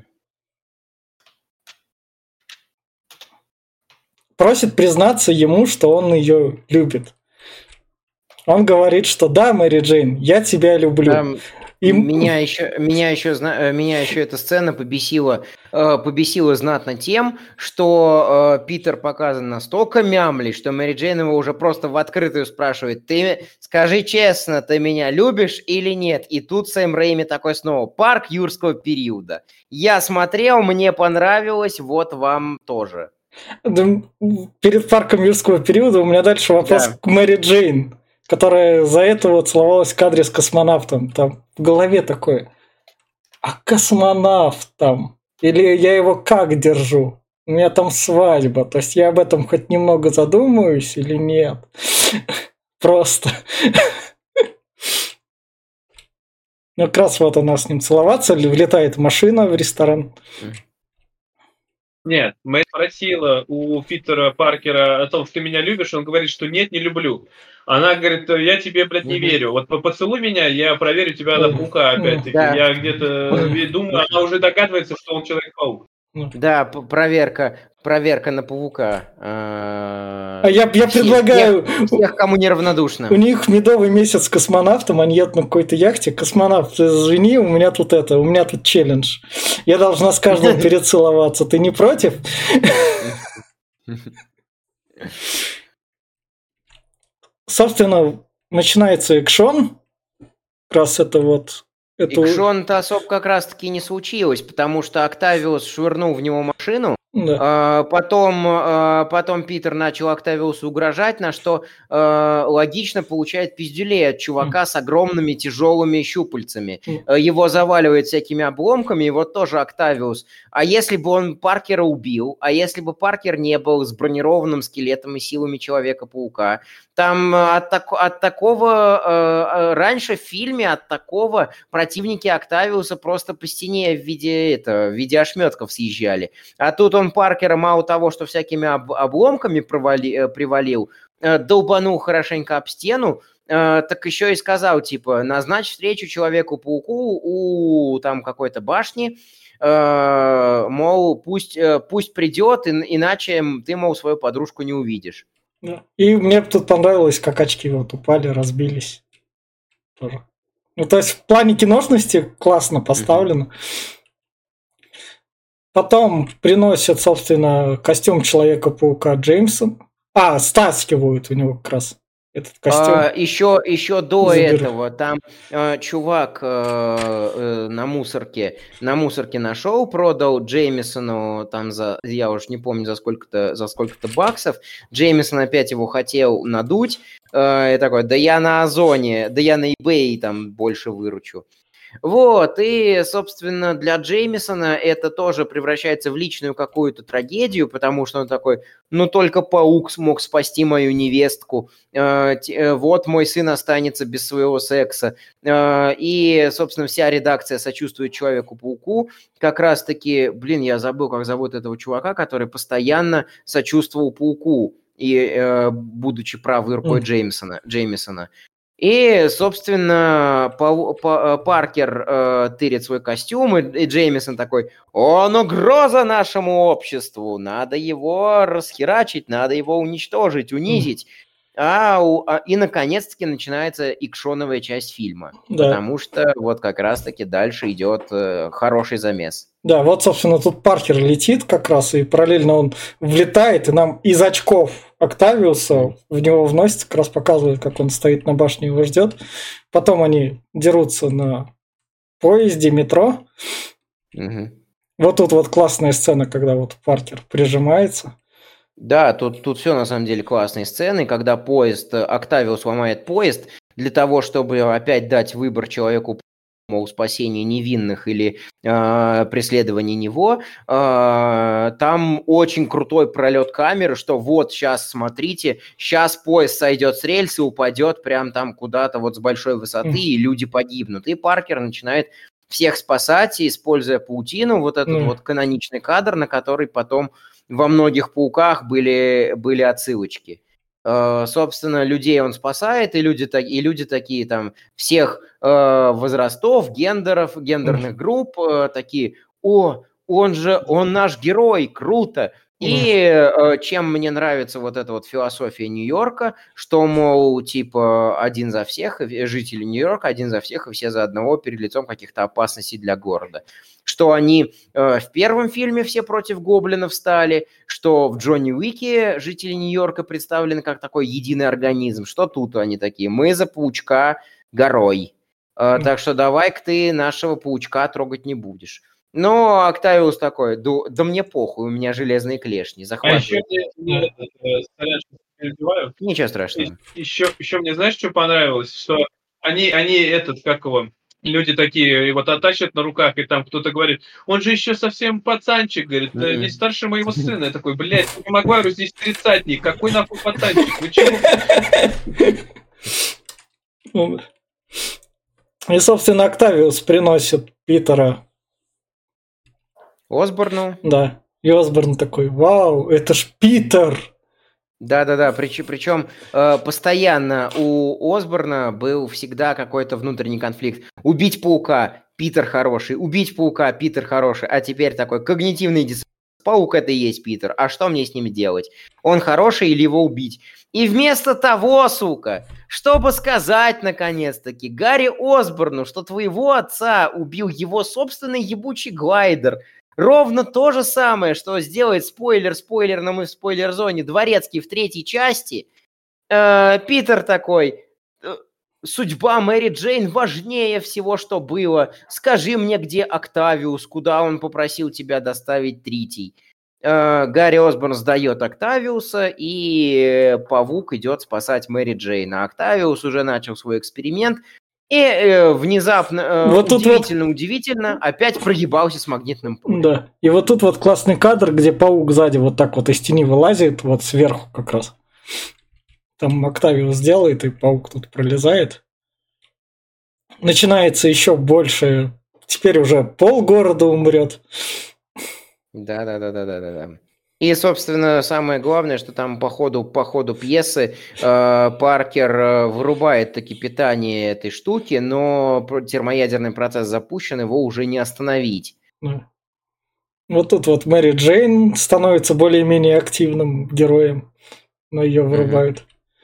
Просит признаться ему, что он ее любит. Он говорит, что да, Мэри Джейн, я тебя люблю. Там... И... Меня еще, меня еще, меня еще эта сцена побесила, побесила знатно тем, что Питер показан настолько мямлей, что Мэри Джейн его уже просто в открытую спрашивает: ты скажи честно, ты меня любишь или нет? И тут Сэм Рэйми такой снова: парк юрского периода. Я смотрел, мне понравилось, вот вам тоже. Перед парком юрского периода у меня дальше вопрос да. к Мэри Джейн, которая за этого целовалась в кадре с космонавтом. Там в голове такое: а космонавт там? Или я его как держу? У меня там свадьба. То есть я об этом хоть немного задумаюсь или нет? Просто. Ну, как раз вот она с ним целоваться, влетает машина в ресторан. Нет, Мэй спросила у Питера Паркера о том, что ты меня любишь, он говорит, что нет, не люблю. Она говорит, я тебе, блядь, не верю. Вот поцелуй меня, я проверю тебя на паука, опять-таки. Да. Я где-то думаю, она уже догадывается, что он Человек-паук. Да, проверка, проверка на паука. А я, я предлагаю... Всех, всех, кому неравнодушно. У них медовый месяц с космонавтом, они едут на какой-то яхте. Космонавт, извини, у меня тут это, у меня тут челлендж. Я должна с каждым перецеловаться. Ты не против? Собственно, начинается экшон. Как раз это вот... Эту... Экшон-то особо как раз-таки не случилось, потому что Октавиус швырнул в него машину, да. а, потом, а, потом Питер начал Октавиусу угрожать, на что а, логично получает пиздюлей от чувака mm. с огромными тяжелыми щупальцами. Mm. Его заваливает всякими обломками, и вот тоже Октавиус. А если бы он Паркера убил, а если бы Паркер не был с бронированным скелетом и силами Человека-паука, там от, так, от такого, э, раньше в фильме от такого противники Октавиуса просто по стене в виде, это, в виде ошметков съезжали. А тут он Паркера мало того, что всякими об, обломками провали, привалил, э, долбанул хорошенько об стену, э, так еще и сказал, типа, назначь встречу Человеку-пауку у там какой-то башни, э, мол, пусть, э, пусть придет, и, иначе ты, мол, свою подружку не увидишь. И мне тут понравилось, как очки вот упали, разбились. Тоже. Ну, то есть в плане киношности классно поставлено. Mm-hmm. Потом приносят, собственно, костюм Человека-паука Джеймсон. А, стаскивают у него как раз этот костюм. А, еще, еще до Заберу. этого там э, чувак э, э, на мусорке на мусорке нашел, продал Джеймисону там за, я уж не помню, за сколько-то за сколько-то баксов. Джеймисон опять его хотел надуть. Э, и такой: да я на Озоне, да я на eBay там больше выручу. Вот, и, собственно, для Джеймисона это тоже превращается в личную какую-то трагедию, потому что он такой: ну, только паук смог спасти мою невестку, э, вот мой сын останется без своего секса. Э, и, собственно, вся редакция сочувствует Человеку-пауку. Как раз-таки, блин, я забыл, как зовут этого чувака, который постоянно сочувствовал пауку, и, э, будучи правой рукой mm. Джеймсона, Джеймисона. И, собственно, Паркер э, тырит свой костюм, и, и Джеймисон такой: он угроза нашему обществу, надо его расхерачить, надо его уничтожить, унизить. А, а, и, наконец-таки, начинается экшоновая часть фильма, да. Потому что вот как раз-таки дальше идет э, хороший замес. Да, вот, собственно, тут Паркер летит как раз, и параллельно он влетает, и нам из очков Октавиуса в него вносится, как раз показывает, как он стоит на башне и его ждет. Потом они дерутся на поезде, метро. Угу. Вот тут вот классная сцена, когда вот Паркер прижимается. Да, тут, тут все на самом деле классные сцены, когда поезд, э, Октавиус ломает поезд для того, чтобы опять дать выбор человеку, мол, спасение невинных или э, преследование него. Э, там очень крутой пролет камеры, что вот сейчас, смотрите, сейчас поезд сойдет с рельс и упадет прям там куда-то вот с большой высоты, и люди погибнут. И Паркер начинает всех спасать, используя паутину, вот этот Ну. вот каноничный кадр, на который потом во многих пауках были, были отсылочки. Э, собственно, людей он спасает, и люди, так, и люди такие там всех э, возрастов, гендеров, гендерных групп, э, такие: о, он же, он наш герой, круто. И э, чем мне нравится вот эта вот философия Нью-Йорка, что, мол, типа, один за всех, жители Нью-Йорка один за всех и все за одного перед лицом каких-то опасностей для города. Что они э, в первом фильме все против гоблинов стали, что в Джонни Уике жители Нью-Йорка представлены как такой единый организм, что тут они такие: мы за паучка горой. Э, так что давай-ка ты нашего паучка трогать не будешь. Но Октавиус такой: да, да мне похуй, у меня железные клешни, А еще захватывает. мне, мне этот, э, сорян, что перебиваю. Ничего И- страшного. Еще, еще мне, знаешь, что понравилось? Что они, они этот, как его, люди такие его тащат на руках, и там кто-то говорит: он же еще совсем пацанчик, говорит, «э, Мгм. не старше моего сына. Я такой: блядь, не Магуайру здесь тридцатник, какой нахуй пацанчик, вы чего? И, собственно, Октавиус приносит Питера. Осборну. Да. И Осборн такой: вау, это ж Питер! Да-да-да, причем, причем э, постоянно у Осборна был всегда какой-то внутренний конфликт. Убить паука, Питер хороший, убить паука, Питер хороший, а теперь такой когнитивный диссонанс. Паук это и есть Питер, а что мне с ним делать? Он хороший или его убить? И вместо того, сука, чтобы сказать наконец-таки Гарри Осборну, что твоего отца убил его собственный ебучий глайдер, ровно то же самое, что сделает спойлер, спойлер, но мы в спойлер-зоне, Дворецкий в третьей части. Э, Питер такой: «Э, судьба Мэри Джейн важнее всего, что было. Скажи мне, где Октавиус, куда он попросил тебя доставить Тритий». Э, Гарри Осборн сдает Октавиуса, и Павук идет спасать Мэри Джейн. А Октавиус уже начал свой эксперимент, и э, внезапно, э, Вот тут вот- удивительно-удивительно, опять проебался с магнитным полем. Да. И вот тут вот классный кадр, где паук сзади вот так вот из тени вылазит, вот сверху как раз. Там Октавиус делает, и паук тут пролезает. Начинается еще больше. Теперь уже полгорода умрет. Да-да-да-да-да-да. И, собственно, самое главное, что там по ходу, по ходу пьесы э, Паркер э, вырубает таки питание этой штуки, но про- термоядерный процесс запущен, его уже не остановить. Да. Вот тут вот Мэри Джейн становится более-менее активным героем, но ее вырубают.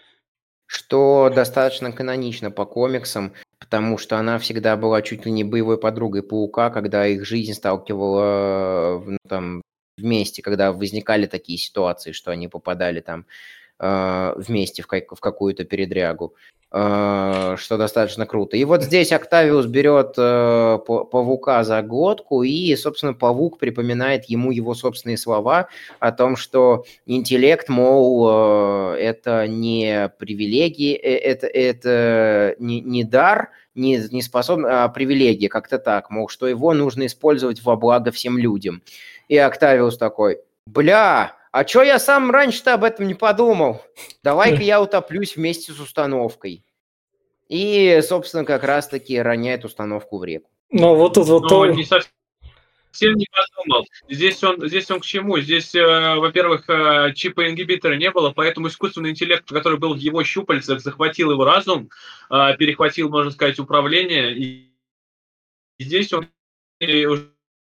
Что достаточно канонично по комиксам, потому что она всегда была чуть ли не боевой подругой Паука, когда их жизнь сталкивала, ну, там, вместе, когда возникали такие ситуации, что они попадали там э, вместе в, как- в какую-то передрягу, э, что достаточно круто. И вот здесь Октавиус берет э, па- Павука за глотку, и, собственно, Павук припоминает ему его собственные слова о том, что интеллект, мол, э, это не привилегии, э, это, это не, не дар, не, не способность, а привилегия, как-то так, мол, что его нужно использовать во благо всем людям. И Октавиус такой: бля, а чё я сам раньше-то об этом не подумал? Давай-ка я утоплюсь вместе с установкой. И, собственно, как раз-таки роняет установку в реку. Но вот тут вот Но то... не совсем не подумал. Здесь он, здесь он к чему? Здесь, э, во-первых, э, чипа ингибитора не было, поэтому искусственный интеллект, который был в его щупальцах, захватил его разум, э, перехватил, можно сказать, управление. И здесь он э, уже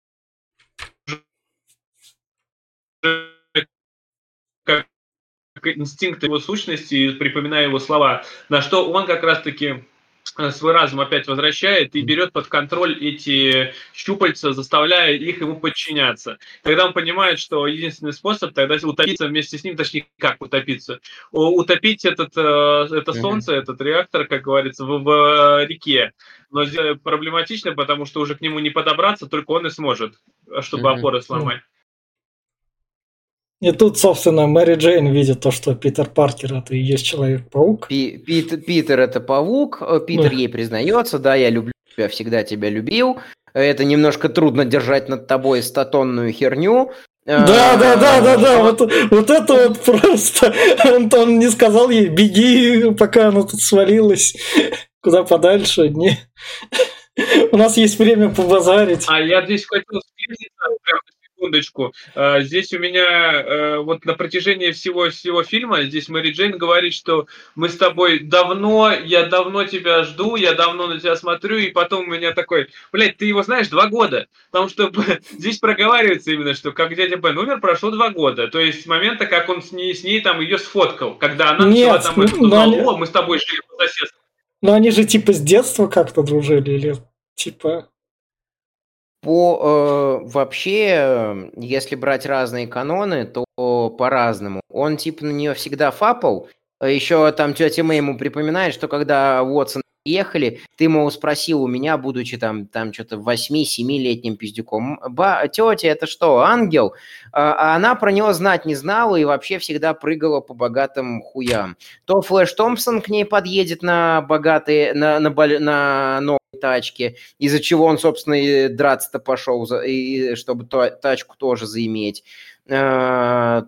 как инстинкт его сущности, припоминая его слова, на что он как раз-таки свой разум опять возвращает и берет под контроль эти щупальца, заставляя их ему подчиняться. Когда он понимает, что единственный способ тогда утопиться вместе с ним, точнее, как утопиться, утопить этот, это солнце, этот реактор, как говорится, в, в реке. Но проблематично, потому что уже к нему не подобраться, только он и сможет, чтобы опоры сломать. И тут, собственно, Мэри Джейн видит то, что Питер Паркер – это и есть Человек-паук. Пи- Пит- Питер – это паук, Питер да. ей признается, да, я люблю тебя, всегда тебя любил. Это немножко трудно держать над тобой статонную херню. Да, да, да, да, да, вот, вот это вот просто. Он, он не сказал ей, беги, пока она тут свалилась куда подальше. Не. У нас есть время побазарить. А я здесь хотел встретиться, прям секундочку. Здесь у меня вот на протяжении всего всего фильма здесь Мэри Джейн говорит, что мы с тобой давно, я давно тебя жду, я давно на тебя смотрю, и потом у меня такой, блядь, ты его знаешь два года, потому что здесь проговаривается именно, что как дядя Бен умер, прошло два года, то есть с момента, как он с ней, с ней там ее сфоткал, когда она Нет, начала там, ну, сказала, они... о, мы с тобой жили по соседству. Но они же типа с детства как-то дружили, или типа... По э, вообще, если брать разные каноны, то по-разному. Он типа на нее всегда фапал. Еще там тетя Мэй ему припоминает, что когда Уотсон ехали, ты, мол, спросил у меня, будучи там, там что-то восьми-семилетним пиздюком, ба, тетя, это что, ангел? А, а она про него знать не знала и вообще всегда прыгала по богатым хуям. То Флэш Томпсон к ней подъедет на богатые, на, на, на, на новые тачки, из-за чего он, собственно, и драться-то пошел, и, чтобы то, тачку тоже заиметь. То,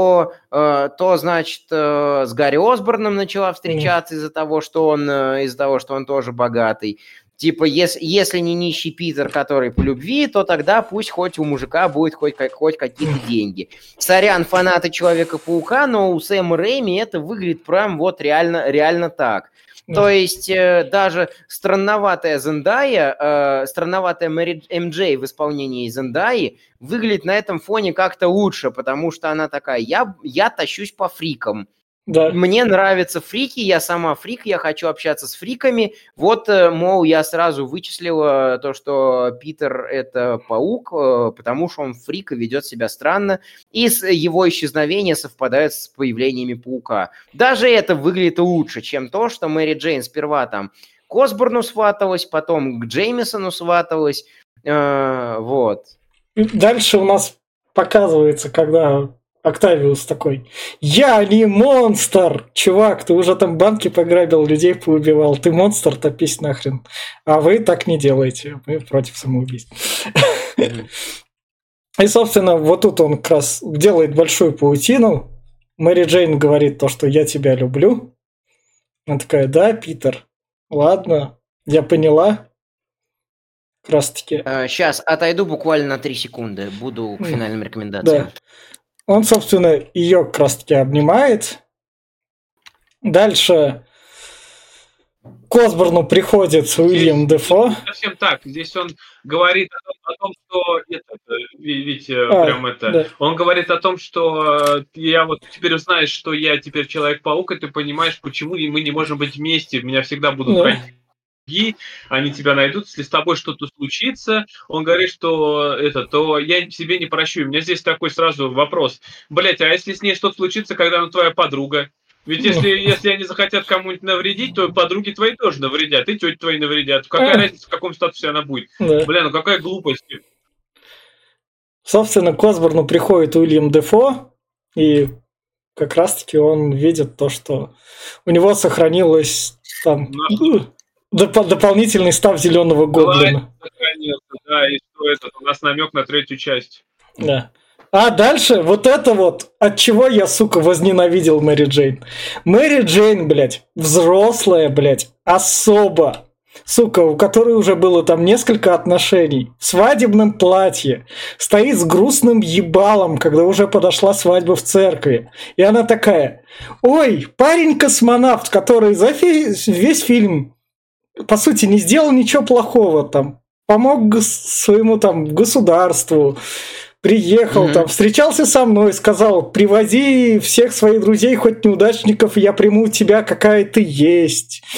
то, значит, с Гарри Осборном начала встречаться mm. из-за того, что он, из-за того, что он тоже богатый. Типа, если, если не нищий Питер, который по любви, то тогда пусть хоть у мужика будет хоть, хоть какие-то деньги. Сорян, фанаты Человека-паука, но у Сэма Рэйми это выглядит прям вот реально, реально так. Mm. То есть э, даже странноватая Зендая, э, странноватая Мэри эм джей в исполнении Зендаи выглядит на этом фоне как-то лучше, потому что она такая, я, я тащусь по фрикам. Да. Мне нравятся фрики, я сама фрик, я хочу общаться с фриками. Вот, мол, я сразу вычислила то, что Питер – это паук, потому что он фрик и ведет себя странно, и его исчезновение совпадает с появлениями паука. Даже это выглядит лучше, чем то, что Мэри Джейн сперва там к Осборну сваталась, потом к Джеймисону сваталась. Э, вот. Дальше у нас показывается, когда... Октавиус такой, я не монстр, чувак, ты уже там банки пограбил, людей поубивал, ты монстр, топись нахрен. А вы так не делаете, мы против самоубийств. Mm-hmm. И, собственно, вот тут он как раз делает большую паутину. Мэри Джейн говорит то, что я тебя люблю. Она такая, да, Питер, ладно, я поняла. Как раз таки. Сейчас отойду буквально на три секунды, буду к финальным рекомендациям. Да. Он, собственно, ее как раз-таки обнимает. Дальше к Осборну приходит здесь, Уильям Дефо. Не совсем так. Здесь он говорит о том, о том что... Это, видите, а, прям это... Да. Он говорит о том, что я вот теперь узнаешь, что я теперь Человек-паук, и ты понимаешь, почему мы не можем быть вместе. Меня всегда будут да. враги. Они тебя найдут, если с тобой что-то случится, он говорит, что это, то я себе не прощу. У меня здесь такой сразу вопрос. Блять, а если с ней что-то случится, когда она твоя подруга? Ведь если, если они захотят кому-нибудь навредить, то подруги твои тоже навредят, и тети твои навредят. Какая разница, в каком статусе она будет? Да. Бля, ну какая глупость. Собственно, к Осборну приходит Уильям Дефо, и как раз-таки он видит то, что у него сохранилось там... Ну, Доп- дополнительный став зеленого гоблина. Да, и что это? У нас намек на третью часть. Да. А дальше вот это вот, от чего я, сука, возненавидел Мэри Джейн. Мэри Джейн, блядь, взрослая, блядь, особо, сука, у которой уже было там несколько отношений, в свадебном платье, стоит с грустным ебалом, когда уже подошла свадьба в церкви. И она такая, ой, парень-космонавт, который за фи- весь фильм... по сути, не сделал ничего плохого, там, помог своему там государству, приехал, mm-hmm. там, встречался со мной, сказал, привози всех своих друзей, хоть неудачников, я приму тебя, какая ты есть.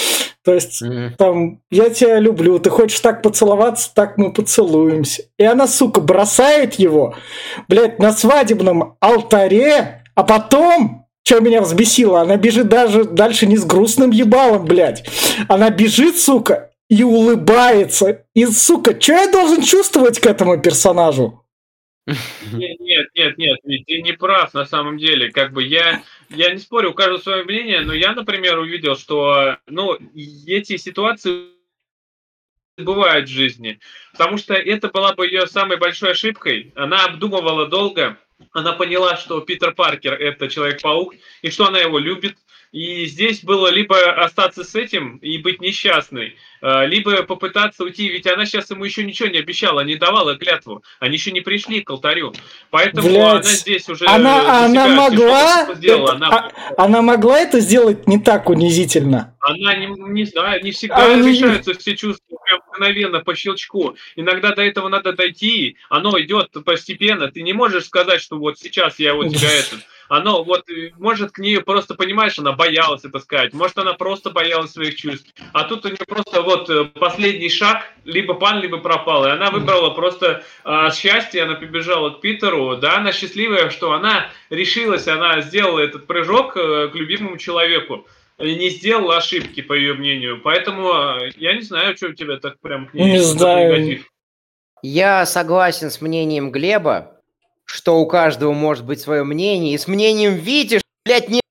То есть, Мгм. там, я тебя люблю, ты хочешь так поцеловаться, так мы поцелуемся. И она, сука, бросает его, блядь, на свадебном алтаре, а потом, что меня взбесило, она бежит даже дальше не с грустным ебалом, блядь. Она бежит, сука, и улыбается. И, сука, что я должен чувствовать к этому персонажу? Нет, нет, нет, нет, ведь ты не прав на самом деле. Как бы я, я не спорю, у каждого свое мнение, но я, например, увидел, что, ну, эти ситуации бывают в жизни, потому что это была бы ее самой большой ошибкой. Она обдумывала долго, она поняла, что Питер Паркер — это Человек-паук, и что она его любит. И здесь было либо остаться с этим и быть несчастной, э, либо попытаться уйти, ведь она сейчас ему еще ничего не обещала, не давала клятву, они еще не пришли к алтарю. Поэтому она Блядь, здесь уже она, для она себя могла, что-то сделала. это- Она, а- она могла это сделать не так унизительно. она не, не знаю, не А всегда у неё- решаются все чувства прям мгновенно по щелчку. Иногда до этого надо дойти, оно идет постепенно. Ты не можешь сказать, что вот сейчас я вот тебя это. Оно вот, э, может, к ней просто, понимаешь, она боялась это сказать. Может, она просто боялась своих чувств. А тут у нее просто вот э, последний шаг, либо пан, либо пропал. И она выбрала просто э, счастье, она побежала к Питеру. Да, она счастливая, что она решилась, она сделала этот прыжок э, к любимому человеку. И не сделала ошибки, по ее мнению. Поэтому э, я не знаю, что у тебя так прям к ней Не такой знаю. негатив. Я согласен с мнением Глеба, что у каждого может быть свое мнение, и с мнением Вити, что, блядь, не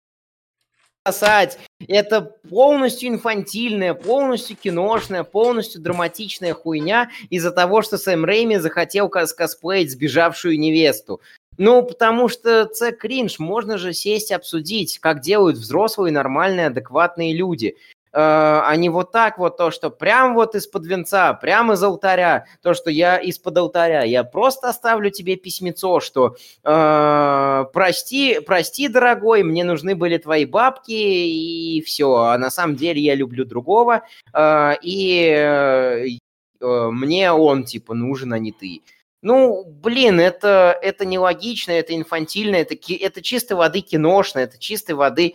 спасать. Это полностью инфантильная, полностью киношная, полностью драматичная хуйня из-за того, что Сэм Рэйми захотел кос- косплеить сбежавшую невесту. Ну, потому что это кринж, можно же сесть и обсудить, как делают взрослые, нормальные, адекватные люди. Э, а не вот так вот то, что прям вот из-под венца, прям из алтаря, то, что я из-под алтаря, я просто оставлю тебе письмецо, что э, прости, прости, дорогой, мне нужны были твои бабки, и все, а на самом деле я люблю другого, э, и э, э, мне он, типа, нужен, а не ты. Ну, блин, это, это нелогично, это инфантильно, это, ки- это чистой воды киношно, это чистой воды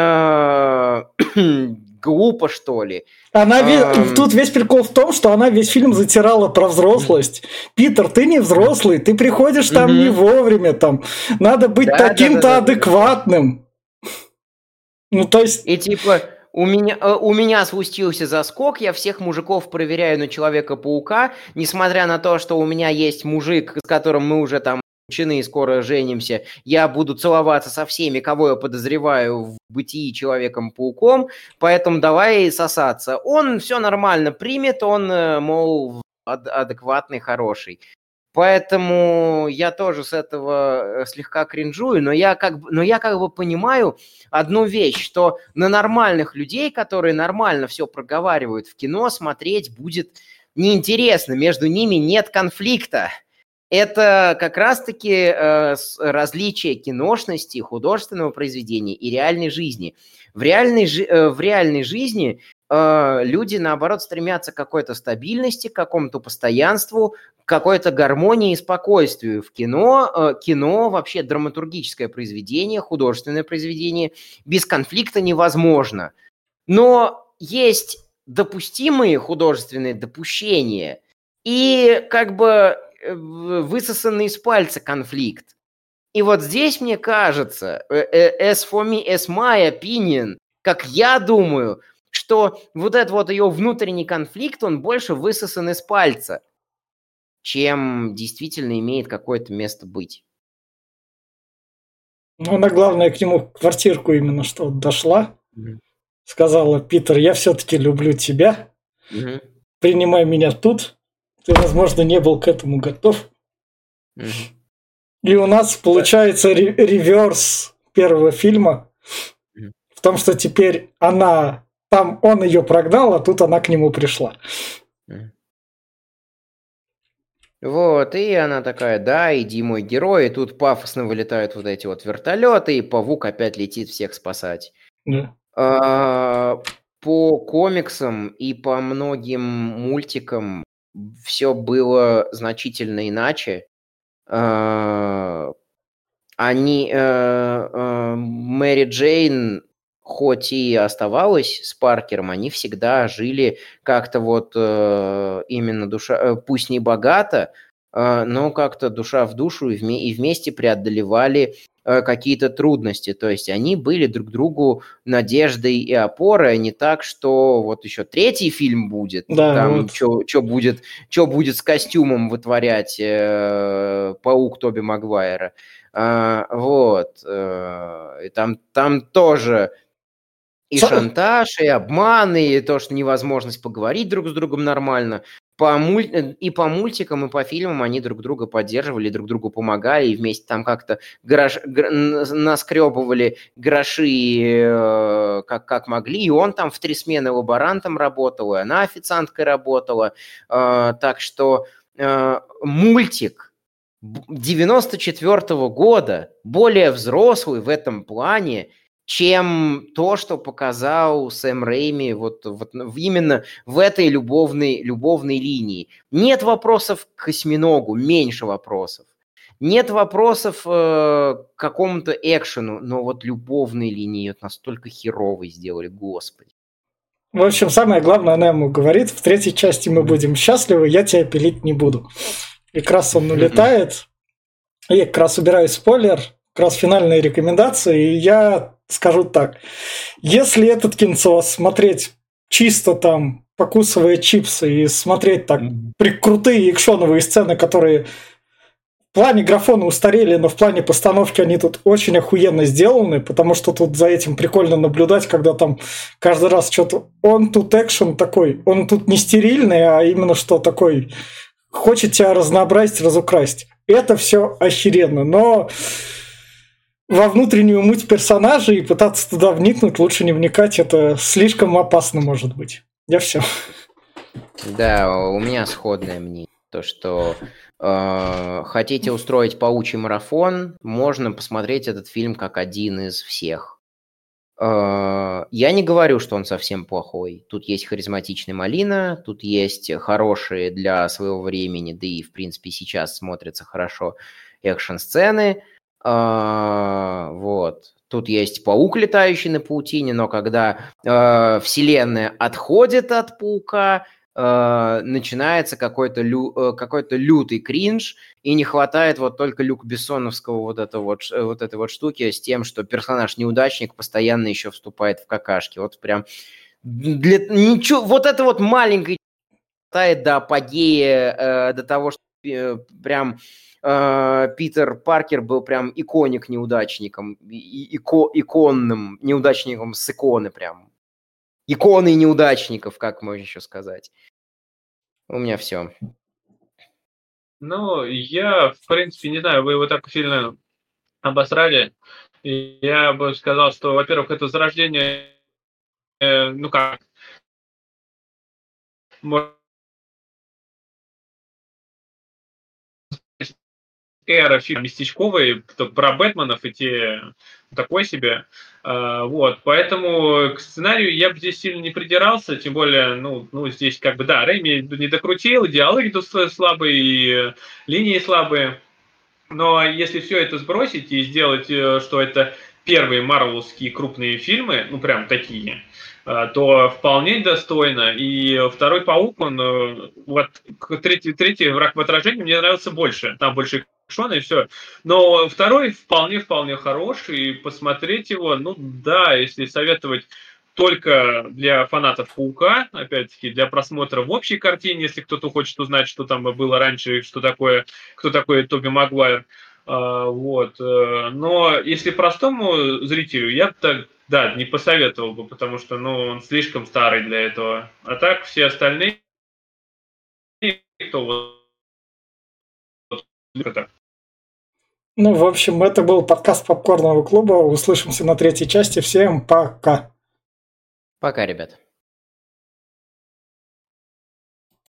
э, глупо, что ли. Она ве- Ам. Тут весь прикол в том, что она весь фильм затирала про взрослость. Питер, ты не взрослый, ты приходишь там не Мгм. вовремя, там надо быть Да, да, таким-то да, да, да, да. адекватным. Ну, то есть, И типа, у меня, э, у меня случился заскок, я всех мужиков проверяю на Человека-паука, несмотря на то, что у меня есть мужик, с которым мы уже там учены и скоро женимся, я буду целоваться со всеми, кого я подозреваю в бытии Человеком-пауком, поэтому давай сосаться. Он все нормально примет, он, э, мол, ад- адекватный, хороший. Поэтому я тоже с этого э, слегка кринжую, но я как бы, но я как бы понимаю одну вещь, что на нормальных людей, которые нормально все проговаривают в кино, смотреть будет неинтересно, между ними нет конфликта. Это как раз-таки э, с- различие киношности, художественного произведения и реальной жизни. В реальной, жи- э, в реальной жизни э, люди, наоборот, стремятся к какой-то стабильности, к какому-то постоянству, к какой-то гармонии и спокойствию. В кино, э, кино вообще драматургическое произведение, художественное произведение, без конфликта невозможно. Но есть допустимые художественные допущения и как бы э, в- высосанный из пальца конфликт. И вот здесь, мне кажется, э, э, as for me, as my opinion, как я думаю, что вот этот вот ее внутренний конфликт, он больше высосан из пальца, чем действительно имеет какое-то место быть. ну, она, главное, к нему в квартирку именно что дошла. Мгм. Сказала: Питер, я все-таки люблю тебя. Мгм. Принимай меня тут. Ты, возможно, не был к этому готов. Мгм. И у нас получается ре- реверс первого фильма Мгм. в том, что теперь она... Там он ее прогнал, а тут она к нему пришла. Мгм. Вот, и она такая: да, иди, мой герой, и тут пафосно вылетают вот эти вот вертолеты, и павук опять летит всех спасать. Да. А, По комиксам и по многим мультикам все было значительно иначе. А, Они, э, э, Мэри Джейн хоть и оставалась с Паркером, они всегда жили как-то вот э, именно душа, э, пусть не богато, э, но как-то душа в душу и, вме- и вместе преодолевали э, какие-то трудности. То есть они были друг другу надеждой и опорой, а не так, что вот еще третий фильм будет, Да, там вот. что будет, чё будет с костюмом вытворять э, паук Тоби Магуайра. А, вот. Э, и там, там тоже и Со- шантаж, и обман, и то, что невозможность поговорить друг с другом нормально. По муль... э, И по мультикам, и по фильмам они друг друга поддерживали, друг другу помогали, и вместе там как-то грош... гр- н- наскребывали гроши э, как, как могли. И он там в три смены лаборантом работал, и она официанткой работала. Э, так что э, мультик б- девяносто четвёртого года, более взрослый в этом плане, чем то, что показал Сэм Рэйми вот, вот в- именно в этой любовной, любовной линии. Нет вопросов к осьминогу, меньше вопросов. Нет вопросов э, к какому-то экшену, но вот любовные линии вот настолько херовой сделали, господи. В общем, самое главное, она ему говорит, в третьей части мы будем счастливы, я тебя пилить не буду. И как раз он улетает, и я как раз убираю спойлер, как раз финальные рекомендации, и я скажу так. Если этот кинцо смотреть чисто там, покусывая чипсы, и смотреть так при крутые экшоновые сцены, которые в плане графона устарели, но в плане постановки они тут очень охуенно сделаны, потому что тут за этим прикольно наблюдать, когда там каждый раз что-то... Он тут экшен такой, он тут не стерильный, а именно что такой... Хочет тебя разнообразить, разукрасить. Это все охеренно, но во внутреннюю муть персонажей и пытаться туда вникнуть, лучше не вникать, это слишком опасно может быть. Я все. Да, у меня сходное мнение. То, что э, хотите устроить паучий марафон, можно посмотреть этот фильм как один из всех. Э, я не говорю, что он совсем плохой. Тут есть харизматичный Малина, тут есть хорошие для своего времени, да и, в принципе, сейчас смотрятся хорошо экшн-сцены. Э, вот. Тут есть паук, летающий на паутине, но когда э, вселенная отходит от паука, э, начинается какой-то, лю, э, какой-то лютый кринж, и не хватает вот только Люка Бессоновского вот, это вот, ш- вот этой вот штуки с тем, что персонаж-неудачник постоянно еще вступает в какашки. Вот прям для, ничего, вот это вот маленькое хватает до апогея, э, до того, что э, прям э, Питер Паркер был прям иконик-неудачником, и- ико, иконным неудачником с иконы прям. Иконой неудачников, как можно еще сказать. У меня все. Ну, я, в принципе, не знаю, вы его так сильно обосрали. И я бы сказал, что, во-первых, это зарождение, э, ну как, может, эра фильм местечковый, то про Бэтменов и те такой себе. А, вот, поэтому к сценарию я бы здесь сильно не придирался, тем более, ну, ну здесь как бы, да, Рэйми не докрутил, диалоги тут слабые, и линии слабые. Но если все это сбросить и сделать, э, что это первые марвеловские крупные фильмы, ну прям такие, э, то вполне достойно. И второй паук, он э, вот третий, третий враг в отражении мне нравился больше. Там больше экшона и все. Но второй вполне-вполне хороший. И посмотреть его, ну да, если советовать только для фанатов Паука, опять-таки, для просмотра в общей картине, если кто-то хочет узнать, что там было раньше, что такое, кто такой Тоби Магуайр. А, вот. э, Но если простому зрителю, я бы так, да, не посоветовал бы, потому что, ну, он слишком старый для этого. А так все остальные, кто вот, вот это. Ну, в общем, это был подкаст Попкорного клуба. Услышимся на третьей части. Всем пока. Пока, ребят.